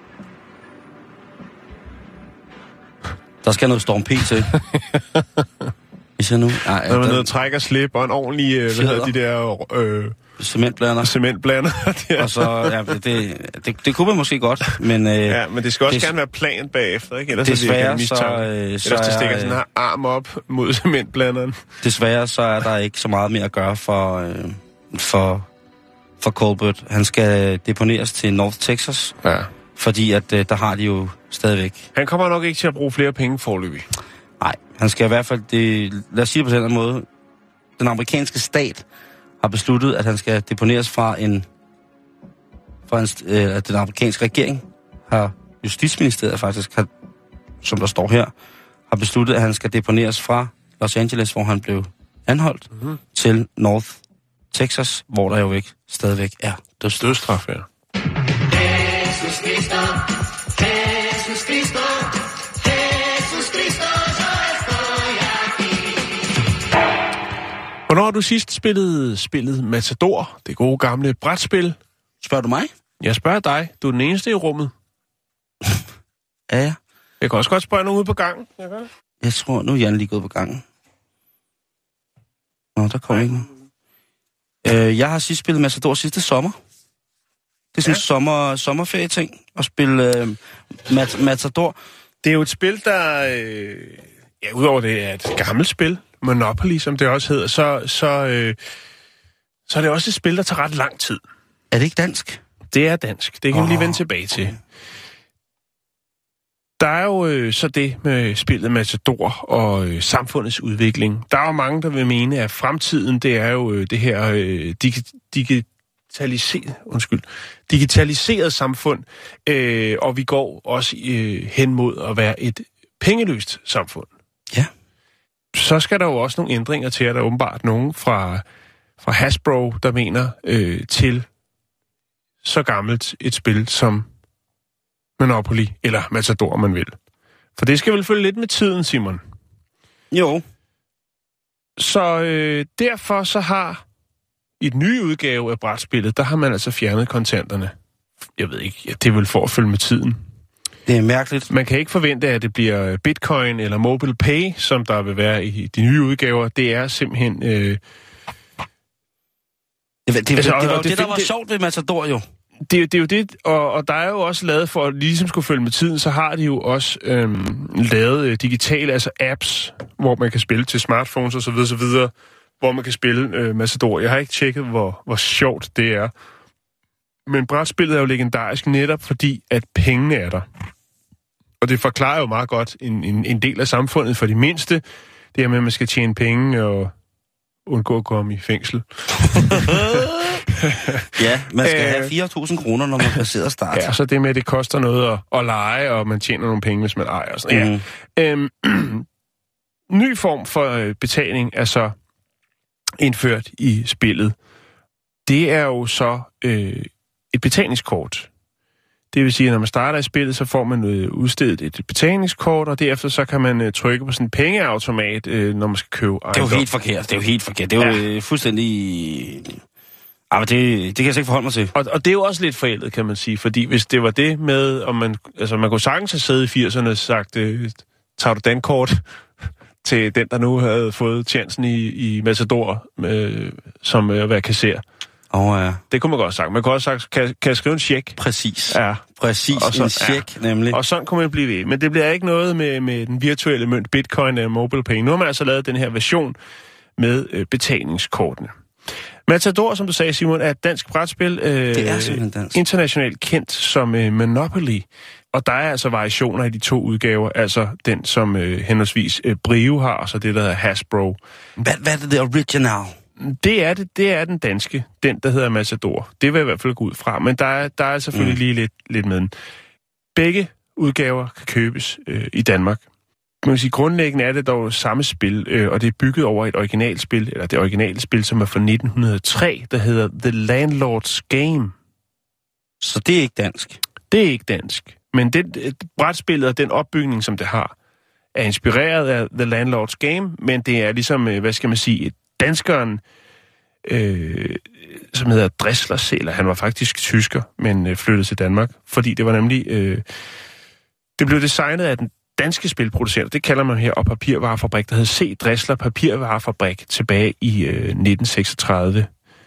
Der skal noget Storm P til. Hvis jeg nu... Nej, Når man der- ned og trækker slip og en ordentlig, øh, hvad Fjeder. hedder de der, øh, cementblander. Cementblander. Og så, ja, det, det, det kunne man måske godt, men... Øh, ja, men det skal også det, gerne være plan bagefter, ikke? Ellers desværre, så, så, øh, Ellers så det stikker er, sådan her arm op mod cementblanderen. Desværre, så er der ikke så meget mere at gøre for, øh, for, for Colbert. Han skal deponeres til North Texas, ja. Fordi at øh, der har de jo stadigvæk... Han kommer nok ikke til at bruge flere penge foreløbig. Nej, han skal i hvert fald... Det, lad os sige det på den her måde. Den amerikanske stat har besluttet, at han skal deponeres fra en... Fra en øh, at den amerikanske regering har... Justitsministeriet faktisk, har, som der står her, har besluttet, at han skal deponeres fra Los Angeles, hvor han blev anholdt, mm-hmm. til North Texas, hvor der jo ikke stadigvæk er dødsstraf. Dødsstraf, ja. Jesus Cristo, Jesus Cristo, Jesus Cristo, yo estoy aquí. Hvornår har du sidst spillet spillet Matador, det gode gamle brætspil? Spørger du mig? Jeg spørger dig. Du er den eneste i rummet. Ja, ja. Jeg kan også godt spørge nogen ude på gangen. Jeg, jeg tror, nu er Jan lige gået på gangen. Nå, der kommer ikke noget. Øh, jeg har sidst spillet Matador sidste sommer. Det er sådan en ja. sommer, sommerferie-ting at spille øh, mat, Matador. Det er jo et spil, der... Øh, ja, udover det er et gammelt spil, Monopoly, som det også hedder, så, så, øh, så er det også et spil, der tager ret lang tid. Er det ikke dansk? Det er dansk. Det kan oh, vi lige vende tilbage til. Okay. Der er jo øh, så det med spillet Matador og øh, samfundets udvikling. Der er jo mange, der vil mene, at fremtiden, det er jo øh, det her øh, dig- digitaliseret, undskyld, digitaliseret samfund, øh, og vi går også øh, hen mod at være et pengeløst samfund. Ja. Så skal der jo også nogle ændringer til, at der er åbenbart nogen fra, fra Hasbro, der mener øh, til så gammelt et spil som Monopoly, eller Matador, om man vil. For det skal vel følge lidt med tiden, Simon? Jo. Så øh, derfor så har i den nye udgave af brætspillet, der har man altså fjernet kontanterne. Jeg ved ikke, ja, det er vel for at følge med tiden. Det er mærkeligt. Man kan ikke forvente, at det bliver Bitcoin eller Mobile Pay, som der vil være i de nye udgaver. Det er simpelthen... Øh... Det, det, det, altså, det var jo det, der var det, sjovt ved Matador, jo. Det, det er jo det, og, og der er jo også lavet, for at ligesom skulle følge med tiden, så har de jo også øhm, lavet øh, digitale, altså apps, hvor man kan spille til smartphones og så videre, så videre, hvor man kan spille øh, Matador. Jeg har ikke tjekket, hvor, hvor sjovt det er. Men brætspillet er jo legendarisk netop fordi, at pengene er der. Og det forklarer jo meget godt en, en, en del af samfundet for de mindste. Det her med, at man skal tjene penge og undgå at komme i fængsel. Ja, man skal have fire tusind kroner, når man placerer start. Ja, så det med, at det koster noget at, at lege, og man tjener nogle penge, hvis man ejer. Og sådan. Mm. Ja. Øhm, ny form for betaling er så indført i spillet. Det er jo så øh, et betalingskort. Det vil sige, at når man starter i spillet, så får man øh, udstedet et betalingskort, og derefter så kan man øh, trykke på sådan en pengeautomat, øh, når man skal købe ejendom. Det er jo helt forkert. Det er jo helt forkert. Det er jo ja. fuldstændig... Ah, men det, det kan jeg så ikke forholde mig til. Og, og det er jo også lidt forældet, kan man sige, fordi hvis det var det med, om man, altså man kunne sagtens have siddet i firserne og sagt, øh, tager du dankort til den, der nu havde fået chancen i, i Matador, øh, som øh, at være kasser. Oh, ja. Det kunne man godt sagt. Man kunne også sagt, kan, kan jeg skrive en check? Præcis. Ja. Præcis, og så, en check, ja. Nemlig. Og sådan kunne man blive ved. Men det bliver ikke noget med, med den virtuelle mønt, Bitcoin eller Mobile Pay. Nu har man altså lavet den her version med øh, betalingskortene. Matador, som du sagde, Simon, er et dansk brætspil. Øh, det er simpelthen dansk. Internationalt kendt som øh, Monopoly. Og der er altså variationer i de to udgaver. Altså den, som øh, henholdsvis øh, Brio har, og så det, der hedder Hasbro. Hvad, hvad er det, the original? Det er, det, det er den danske, den, der hedder Matador. Det vil jeg i hvert fald gå ud fra, men der er, der er selvfølgelig mm. lige lidt, lidt med den. Begge udgaver kan købes øh, i Danmark. Man kan sige, grundlæggende er det dog samme spil, øh, og det er bygget over et originalspil, eller det originale spil, som er fra nitten hundrede og tre, der hedder The Landlord's Game. Så det er ikke dansk? Det er ikke dansk, men det, brætspillet og den opbygning, som det har, er inspireret af The Landlord's Game, men det er ligesom, øh, hvad skal man sige, et danskeren, øh, som hedder Dressler Sæler. Han var faktisk tysker, men øh, flyttede til Danmark, fordi det var nemlig... Øh, det blev designet af den danske spilproducent, det kalder man her, og papirvarefabrik, der hed C. Dressler Papirvarefabrik, tilbage i øh, nitten seksogtredive.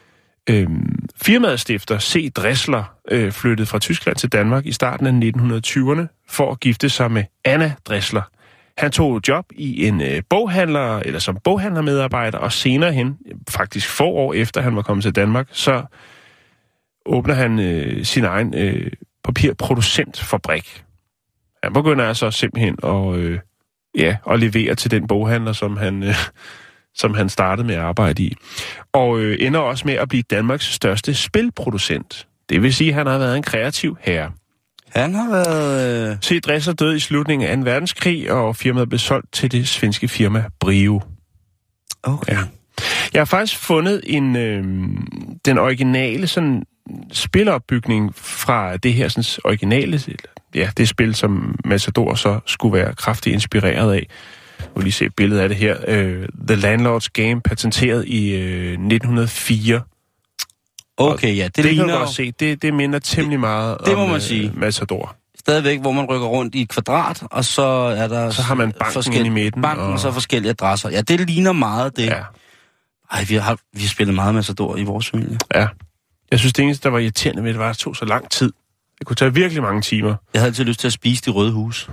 Øhm, firmaets stifter C. Dressler øh, flyttede fra Tyskland til Danmark i starten af nitten tyverne for at gifte sig med Anna Dressler. Han tog job i en øh, boghandler, eller som boghandlermedarbejder, og senere hen, faktisk få år efter han var kommet til Danmark, så åbner han øh, sin egen øh, papirproducentfabrik. Han begynder altså simpelthen at, øh, ja, at levere til den boghandler, som han, øh, som han startede med at arbejde i. Og øh, ender også med at blive Danmarks største spilproducent. Det vil sige, at han har været en kreativ herre. Han har været... Øh... C. Dressler døde i slutningen af anden verdenskrig, og firmaet blev solgt til det svenske firma Brio. Okay. Ja. Jeg har faktisk fundet en øh, den originale sådan spilopbygning fra det her sådan originale, ja, det spil, som Matador så skulle være kraftigt inspireret af. Jeg vil lige se et billede af det her. Uh, The Landlord's Game, patenteret i uh, nitten hundrede og fire. Okay, ja, det, det ligner kan man godt se. Det, det minder temmelig meget det, det om må man sige. Matador. Stadigvæk, hvor man rykker rundt i et kvadrat, og så er der... Så har man banken inde i midten. Banken, og... og så forskellige adresser. Ja, det ligner meget det. Ja. Ej, vi har, vi har spillet meget Matador i vores familie. Ja. Jeg synes, det eneste, der var irriterende med det, var, at det tog så lang tid. Det kunne tage virkelig mange timer. Jeg havde altid lyst til at spise det røde hus.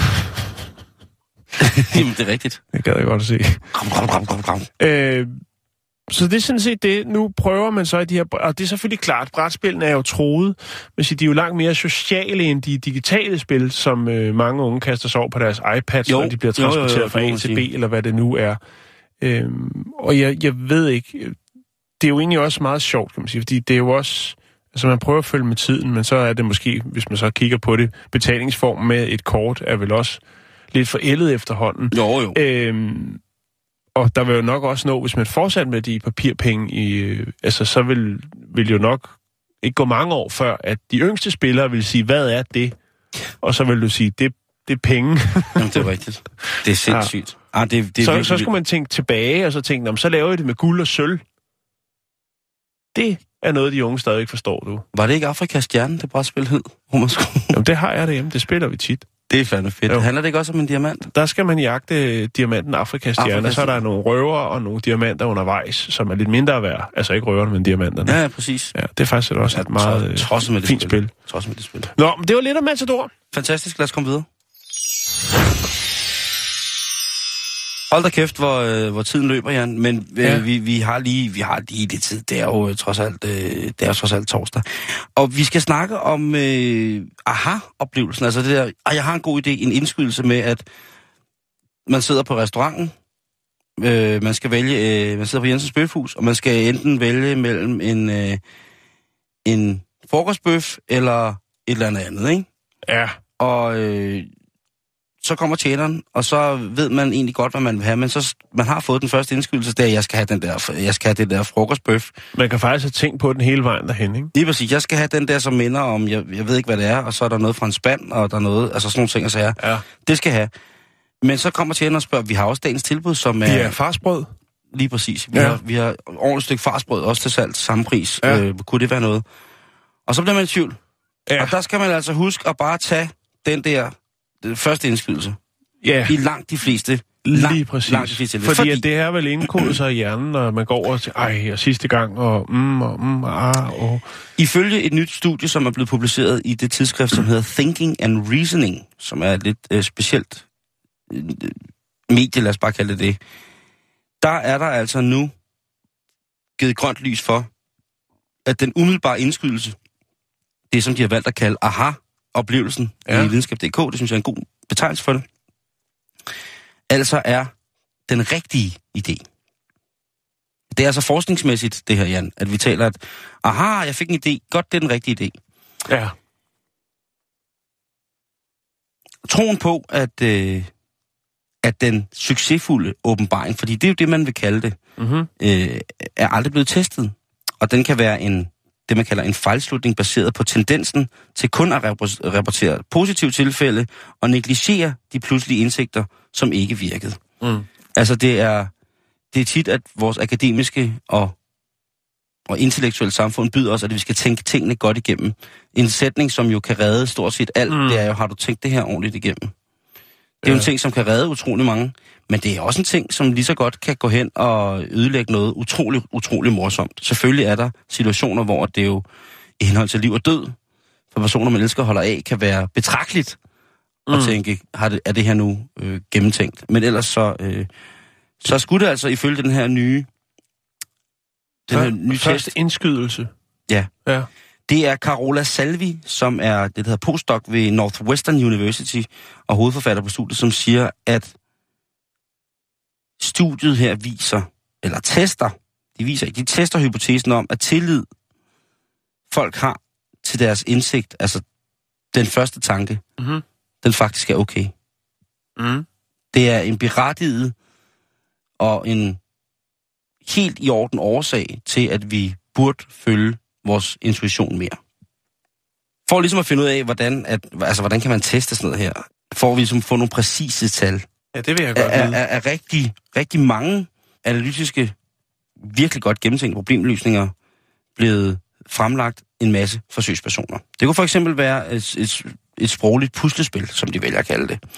Jamen, det er rigtigt. Det gad jeg godt at se. Kom, kom, kom, kom, kom. Øh, så det er sådan set det. Nu prøver man så i de her... Og det er selvfølgelig klart, brætspillene er jo troet. Men de er jo langt mere sociale end de digitale spil, som øh, mange unge kaster sig over på deres iPads, jo, når de bliver transporteret jo, jo, jo, fra A til B, eller hvad det nu er. Øh, og jeg, jeg ved ikke... Det er jo egentlig også meget sjovt, kan man sige, fordi det er jo også... Altså, man prøver at følge med tiden, men så er det måske, hvis man så kigger på det, betalingsform med et kort er vel også lidt forældet efterhånden. Jo, jo. Øhm, og der vil jo nok også nå, hvis man fortsat med de papirpenge, i, øh, altså, så vil, vil jo nok ikke gå mange år før, at de yngste spillere vil sige, hvad er det? Og så vil du sige, det, det er penge. Jamen, det er rigtigt. Det er sindssygt. Ja. Ah, det, det er så, virkelig... så skulle man tænke tilbage, og så tænke, så laver jeg det med guld og sølv. Det er noget, de unge stadig ikke forstår, du. Var det ikke Afrikas stjerne, det brætspil hed? Jamen, det har jeg derhjemme. Det spiller vi tit. Det er fandme fedt. Jo. Handler det ikke også om en diamant? Der skal man jagte diamanten Afrikas stjerne, og så er der nogle røver og nogle diamanter undervejs, som er lidt mindre værd. Altså ikke røverne, men diamanterne. Ja, ja, præcis. Ja, det er faktisk også ja, et meget trods med det fint spil. spil. Trods med det spil. Nå, men det var lidt om Matador. Fantastisk, lad os komme videre. Hold da kæft, hvor, øh, hvor tiden løber, Jan. Men øh, ja. vi, vi har lige vi har lige lidt tid. Det er jo trods alt, øh, det er jo trods alt torsdag. Og vi skal snakke om øh, aha-oplevelsen. Altså det der, og jeg har en god idé, en indskydelse med, at man sidder på restauranten, øh, man skal vælge, øh, man sidder på Jensens Bøfhus, og man skal enten vælge mellem en, øh, en frokostbøf eller et eller andet andet, ikke? Ja. Og... Øh, så kommer tjeneren, og så ved man egentlig godt, hvad man vil have, men så man har fået den første indskydelse, der jeg skal have den der, jeg skal have det der frokostbøf. Man kan faktisk have tænkt på den hele vejen derhen, ikke? Lige præcis. Jeg skal have den der, som minder om, jeg, jeg ved ikke, hvad det er, og så er der noget fra en spand, og der er noget, altså sådan nogle ting, og så er. Ja. Det skal jeg have. Men så kommer tjeneren og spørger, vi har også dagens tilbud, som er... Vi er farsbrød. Lige præcis. Vi, ja. har, vi har et ordentligt stykke farsbrød, også til salg, samme pris. Ja. Øh, kunne det være noget? Og så bliver man i tvivl. Ja. Og der skal man altså huske at bare tage den der den første indskydelse. Ja. I langt de fleste. Lang, Lige præcis. Langt de fleste. Fordi, Fordi det er vel indkodet sig i hjernen, når man går over til, ej, og sidste gang, og mm, og mm, ah, og... Ifølge et nyt studie, som er blevet publiceret i det tidsskrift, som hedder Thinking and Reasoning, som er et lidt øh, specielt øh, medie, lad os bare kalde det det, der er der altså nu givet grønt lys for, at den umiddelbare indskydelse, det som de har valgt at kalde aha-oplevelsen ja. i videnskab punktum d k, det synes jeg er en god betegnelse for det, altså er den rigtige idé. Det er altså forskningsmæssigt, det her, Jan, at vi taler, at aha, jeg fik en idé, godt, det er den rigtige idé. Ja. Troen på, at, øh, at den succesfulde åbenbaring, fordi det er jo det, man vil kalde det, mm-hmm. øh, er aldrig blevet testet. Og den kan være en, det, man kalder en fejlslutning, baseret på tendensen til kun at rapportere positive tilfælde og negligere de pludselige indsigter, som ikke virkede. Mm. Altså, det er, det er tit, at vores akademiske og, og intellektuelle samfund byder os, at vi skal tænke tingene godt igennem. En sætning, som jo kan redde stort set alt, mm. det er jo, har du tænkt det her ordentligt igennem? Det er jo en ting, som kan redde utrolig mange, men det er også en ting, som lige så godt kan gå hen og ødelægge noget utrolig, utrolig morsomt. Selvfølgelig er der situationer, hvor det jo i henhold til liv og død, for personer, man elsker og holder af, kan være betragteligt mm. at tænke, har det, er det her nu øh, gennemtænkt? Men ellers så, øh, så skulle det altså ifølge den her nye, den her nye første test, indskydelse. Ja. ja. Det er Carola Salvi, som er det, der hedder postdoc ved Northwestern University og hovedforfatter på studiet, som siger, at studiet her viser, eller tester, de viser ikke, de tester hypotesen om, at tillid folk har til deres indsigt, altså den første tanke, mm-hmm. den faktisk er okay. Mm. Det er en berettiget og en helt i orden årsag til, at vi burde følge vores intuition mere. For ligesom at finde ud af, hvordan, at, altså, hvordan kan man teste sådan noget her, får vi ligesom få nogle præcise tal. Ja, det vil jeg godt er, vide. Er, er rigtig, rigtig mange analytiske, virkelig godt gennemtænkte problemløsninger blevet fremlagt en masse forsøgspersoner. Det kunne for eksempel være et, et, et sprogligt puslespil, som de vælger at kalde det.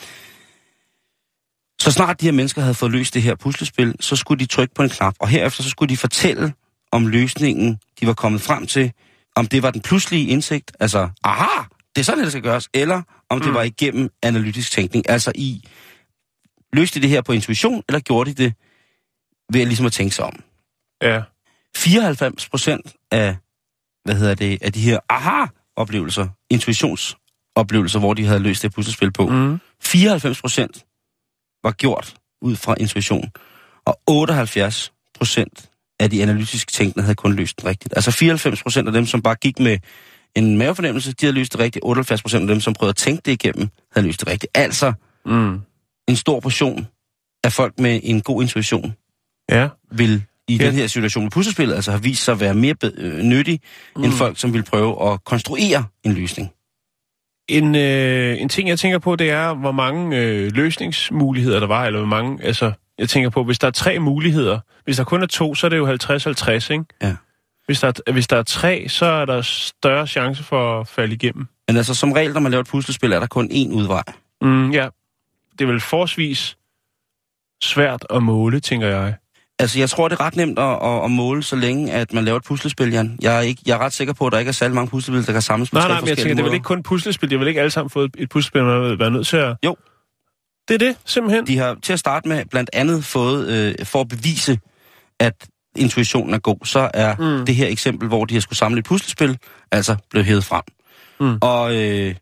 Så snart de her mennesker havde fået løst det her puslespil, så skulle de trykke på en knap, og herefter så skulle de fortælle om løsningen, de var kommet frem til, om det var den pludselige indsigt, altså, aha, det er sådan, det skal gøres, eller om det mm. var igennem analytisk tænkning, altså i, løste de det her på intuition, eller gjorde de det ved ligesom at tænke sig om? Ja. fireoghalvfems procent af, hvad hedder det, af de her aha-oplevelser, intuitionsoplevelser, hvor de havde løst det puslespil på, mm. fireoghalvfems procent var gjort ud fra intuition, og otteoghalvfjerds procent af de analytiske tænkende havde kun løst det rigtigt. Altså fireoghalvfems procent af dem, som bare gik med en mavefornemmelse, de havde løst det rigtigt. otteoghalvfjerds procent af dem, som prøvede at tænke det igennem, havde løst det rigtigt. Altså mm. en stor portion af folk med en god intuition ja. vil i ja. den her situation med puslespillet altså have vist sig at være mere be- øh, nyttig mm. end folk, som vil prøve at konstruere en løsning. En, øh, en ting, jeg tænker på, det er, hvor mange øh, løsningsmuligheder der var, eller hvor mange, altså, jeg tænker på, hvis der er tre muligheder, hvis der kun er to, så er det jo halvtreds halvtreds, ikke? Ja. Hvis der, er, hvis der er tre, så er der større chance for at falde igennem. Men altså, som regel, når man laver et puslespil, er der kun én udvej. Mm, ja. Det er vel forholdsvis svært at måle, tænker jeg. Altså, jeg tror, det er ret nemt at, at, at måle, så længe at man laver et puslespil, Jan. Jeg er, ikke, jeg er ret sikker på, at der ikke er særlig mange puslespil, der kan samles på nej, tre nej, forskellige måder. Nej, men jeg tænker, det er vel ikke kun puslespil. Det er vel ikke alle sammen fået et puslespil, man har været nødt til at... Jo. Det er det, simpelthen. De har til at starte med blandt andet fået, øh, for at bevise, at intuitionen er god, så er mm. det her eksempel, hvor de har skulle samle et puslespil, altså blev hævet frem. Mm. Og øh,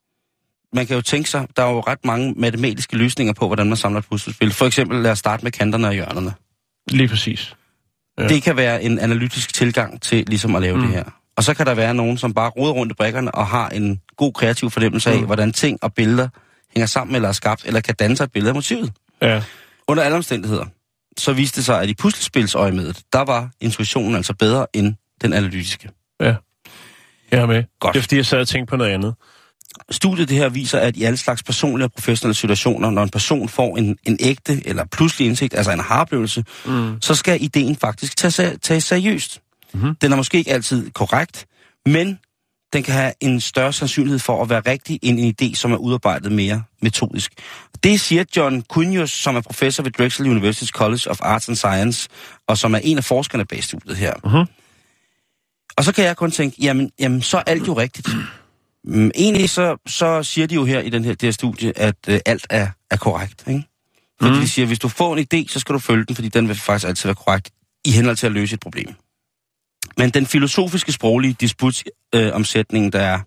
man kan jo tænke sig, der er jo ret mange matematiske løsninger på, hvordan man samler et puslespil. For eksempel lad os starte med kanterne og hjørnerne. Lige præcis. Ja. Det kan være en analytisk tilgang til ligesom at lave mm. det her. Og så kan der være nogen, som bare roder rundt i brikkerne og har en god kreativ fornemmelse af, mm. hvordan ting og billeder hænger sammen eller er skabt, eller kan danne sig et billede af motivet. Ja. Under alle omstændigheder, så viste det sig, at i puslespilsøjemedet, der var intuitionen altså bedre end den analytiske. Ja, jeg er med. Godt. Det er fordi, jeg sad og tænkte på noget andet. Studiet det her viser, at i alle slags personlige og professionelle situationer, når en person får en, en ægte eller pludselig indsigt, altså en aha-oplevelse, mm. så skal ideen faktisk tages, tages seriøst. Mm-hmm. Den er måske ikke altid korrekt, men den kan have en større sandsynlighed for at være rigtig end en idé, som er udarbejdet mere metodisk. Det siger John Cunius, som er professor ved Drexel University College of Arts and Science, og som er en af forskerne bag studiet her. Mm-hmm. Og så kan jeg kun tænke, jamen, jamen så er alt jo rigtigt. Mm, egentlig så, så siger de jo her i den her, det her studie, at øh, alt er, er korrekt. Ikke? Fordi mm. de siger, at hvis du får en idé, så skal du følge den, fordi den vil faktisk altid være korrekt i henhold til at løse et problem. Men den filosofiske sproglige disputsomsætning, øh, der er,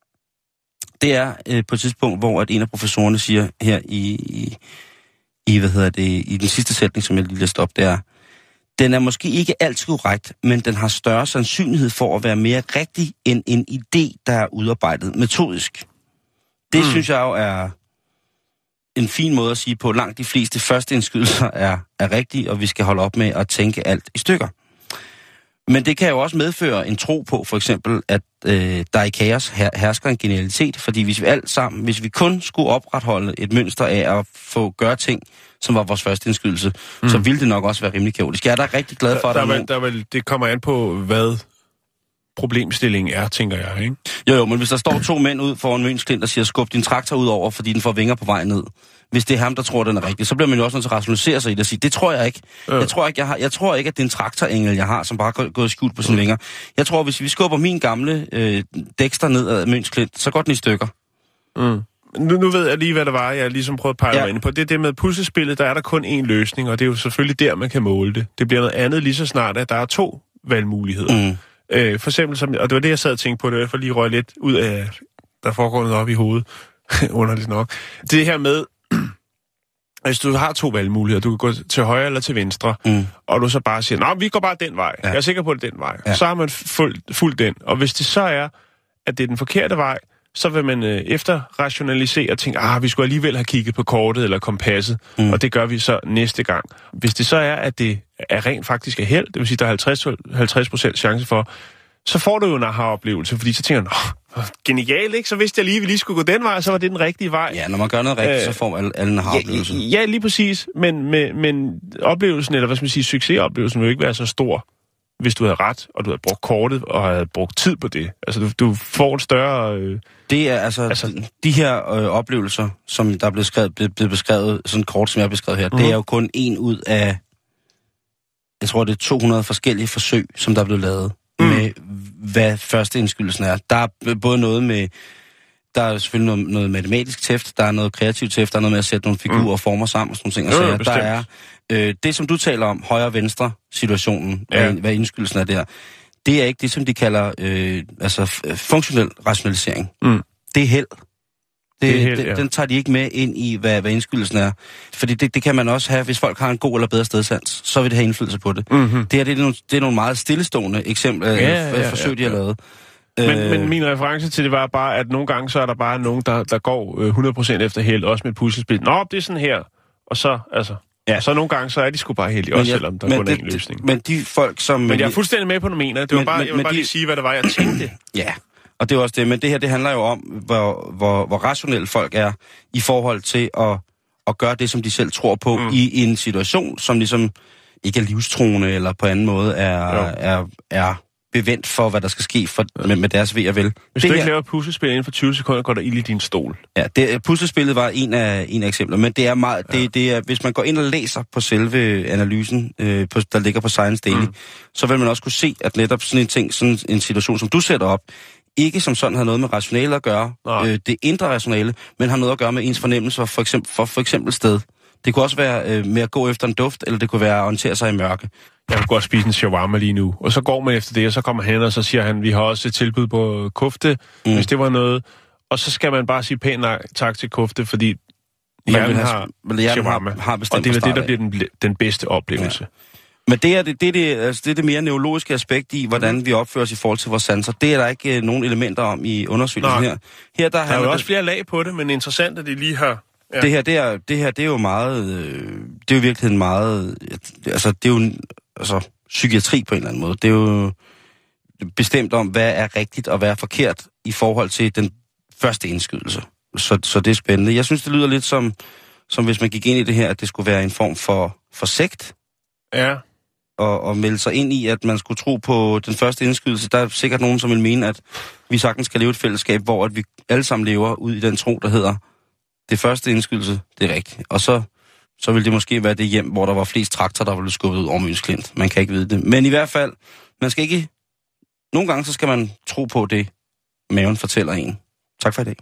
det er øh, på et tidspunkt, hvor at en af professorerne siger her i, i, i, hvad hedder det, i den sidste sætning, som jeg lige læste op, det er, den er måske ikke altid korrekt, men den har større sandsynlighed for at være mere rigtig end en idé, der er udarbejdet metodisk. Det mm. synes jeg jo er en fin måde at sige på, langt de fleste første indskydelser er, er rigtige, og vi skal holde op med at tænke alt i stykker. Men det kan jo også medføre en tro på, for eksempel, at øh, der i kaos her, hersker en genialitet, fordi hvis vi alt sammen, hvis vi kun skulle opretholde et mønster af at få gøre ting, som var vores første indskydelse, mm. så ville det nok også være rimelig kaotisk. Jeg er da rigtig glad for, der, at der, der, der vel, Det kommer an på, hvad problemstillingen er, tænker jeg, ikke? Jo, jo, men hvis der står to mænd ud foran Møns Klint og siger, skub din traktor ud over, fordi den får vinger på vej ned. Hvis det er ham, der tror, den er rigtig, så bliver man jo også nødt til at rationalisere sig i det og sige, det tror jeg ikke. Ja. Jeg tror ikke, jeg har, jeg tror ikke, at det er en traktorengel, jeg har, som bare går, går skjult på sine vinger. Jeg tror, hvis vi skubber min gamle øh, Dexter ned ad Møns Klint, så går den i stykker. Mm. Nu, nu ved jeg lige, hvad det var, jeg ligesom prøvede at pege ja. ind på. Det er det med puslespillet, der er der kun én løsning, og det er jo selvfølgelig der, man kan måle det. Det bliver noget andet lige så snart, at der er to valgmuligheder. Mm. Øh, for eksempel, som, og det var det, jeg sad og tænkte på, det var for lige røg lidt ud af, der foregår noget op i hovedet, underligt nok. Det her med, hvis du har to valgmuligheder, du kan gå til højre eller til venstre, mm. og du så bare siger, nå, vi går bare den vej, ja. jeg er sikker på, at det er den vej. Ja. Så har man fulgt, fulgt den, og hvis det så er, at det er den forkerte vej, så vil man øh, efter rationalisere og tænke, ah, vi skulle alligevel have kigget på kortet eller kompasset, mm. og det gør vi så næste gang. Hvis det så er, at det er rent faktisk er held, det vil sige, der er halvtreds procent chance for, så får du jo en aha-oplevelse, fordi så tænker du, nå, genialt, ikke? Så vidste jeg lige, at vi lige skulle gå den vej, så var det den rigtige vej. Ja, når man gør noget rigtigt, øh, så får man alle en aha-oplevelse. Ja, ja, lige præcis, men, men, men oplevelsen, eller hvad skal man sige, succesoplevelsen vil jo ikke være så stor, hvis du havde ret, og du havde brugt kortet, og havde brugt tid på det. Altså, du, du får en større... Øh, det er altså, altså... De her øh, oplevelser, som der er blevet, skrevet, blevet, blevet beskrevet, sådan kort, som jeg har beskrevet her, mm-hmm. det er jo kun en ud af, jeg tror, det er to hundrede forskellige forsøg, som der er blevet lavet, mm. med hvad første indskyldelsen er. Der er både noget med... Der er selvfølgelig noget, noget matematisk tæft, der er noget kreativt tæft, der er noget med at sætte nogle figurer mm. og former sammen og sådan nogle ting. Og jo, der er øh, det, som du taler om, højre-venstre situationen, ja. hvad, hvad indskyldelsen er der, det er ikke det, som de kalder øh, altså funktionel rationalisering. Mm. Det er held. Det, det er held, den, ja. den tager de ikke med ind i, hvad, hvad indskyldelsen er. Fordi det, det kan man også have, hvis folk har en god eller bedre stedsans, så vil det have indflydelse på det. Mm-hmm. Det her det er, nogle, det er nogle meget stillestående eksempler, ja, ja, ja, forsøg, de har ja, ja. lavet. Men, øh... men min reference til det var bare, at nogle gange så er der bare nogen, der, der går hundrede procent efter held, også med puslespil. Nå, det er sådan her. Og så, altså... Ja. Så nogle gange, så er de sgu bare heldige, også jeg, selvom der kun er en løsning. Men de folk, som... Men jeg er fuldstændig med på, hvad du mener. Det var men, bare, men, jeg vil bare de... lige sige, hvad det var, jeg tænkte. Ja, og det er også det. Men det her, det handler jo om, hvor, hvor, hvor rationelle folk er i forhold til at, at gøre det, som de selv tror på, mm. i en situation, som ligesom ikke er livstruende, eller på anden måde er, er, er bevendt for, hvad der skal ske for, med, med deres ved og vel. Hvis det du ikke her... laver et puslespil inden for tyve sekunder, går der ild i din stol. Ja, det, puslespillet var en af, en af eksempler, men det er meget, ja. det, det er, hvis man går ind og læser på selve analysen, øh, på, der ligger på Science Daily, mm. så vil man også kunne se, at netop sådan en ting, sådan en situation, som du sætter op, ikke som sådan har noget med rationale at gøre, øh, det indre rationale, men har noget at gøre med ens fornemmelser for eksempel, for, for eksempel sted. Det kunne også være øh, med at gå efter en duft, eller det kunne være at orientere sig i mørke. Jeg vil godt spise en shawarma lige nu. Og så går man efter det, og så kommer han, og så siger han, vi har også et tilbud på kufte, mm. hvis det var noget. Og så skal man bare sige pænt tak til kufte, fordi hjernen har shawarma. Har, har og det er det, der bliver den, den bedste oplevelse. Ja. Men det er det, det, det, altså det er det mere neurologiske aspekt i, hvordan mm. vi opfører os i forhold til vores sanser. Det er der ikke øh, nogen elementer om i undersøgelsen her. her der, der er jo også flere lag på det, men interessant, at det lige har... Ja. Det her, det er, det her, det er jo meget, øh, det er jo virkelig meget, altså det er jo, altså psykiatri på en eller anden måde. Det er jo bestemt om, hvad er rigtigt og hvad er forkert i forhold til den første indskydelse. Så, så det er spændende. Jeg synes, det lyder lidt som, som hvis man gik ind i det her, at det skulle være en form for, for sekt. Ja. Og, og melde sig ind i, at man skulle tro på den første indskydelse. Der er sikkert nogen, som vil mene, at vi sagtens skal leve et fællesskab, hvor at vi alle sammen lever ud i den tro, der hedder, det første indskydelse, det er rigtigt. Og så, så vil det måske være det hjem, hvor der var flest traktorer, der ville skubbet ud over Møns Klint. Man kan ikke vide det. Men i hvert fald, man skal ikke... Nogle gange, så skal man tro på det, maven fortæller en. Tak for i dag.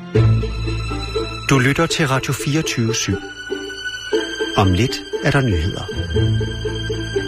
Du lytter til Radio fireogtyve syv. Om lidt er der nyheder.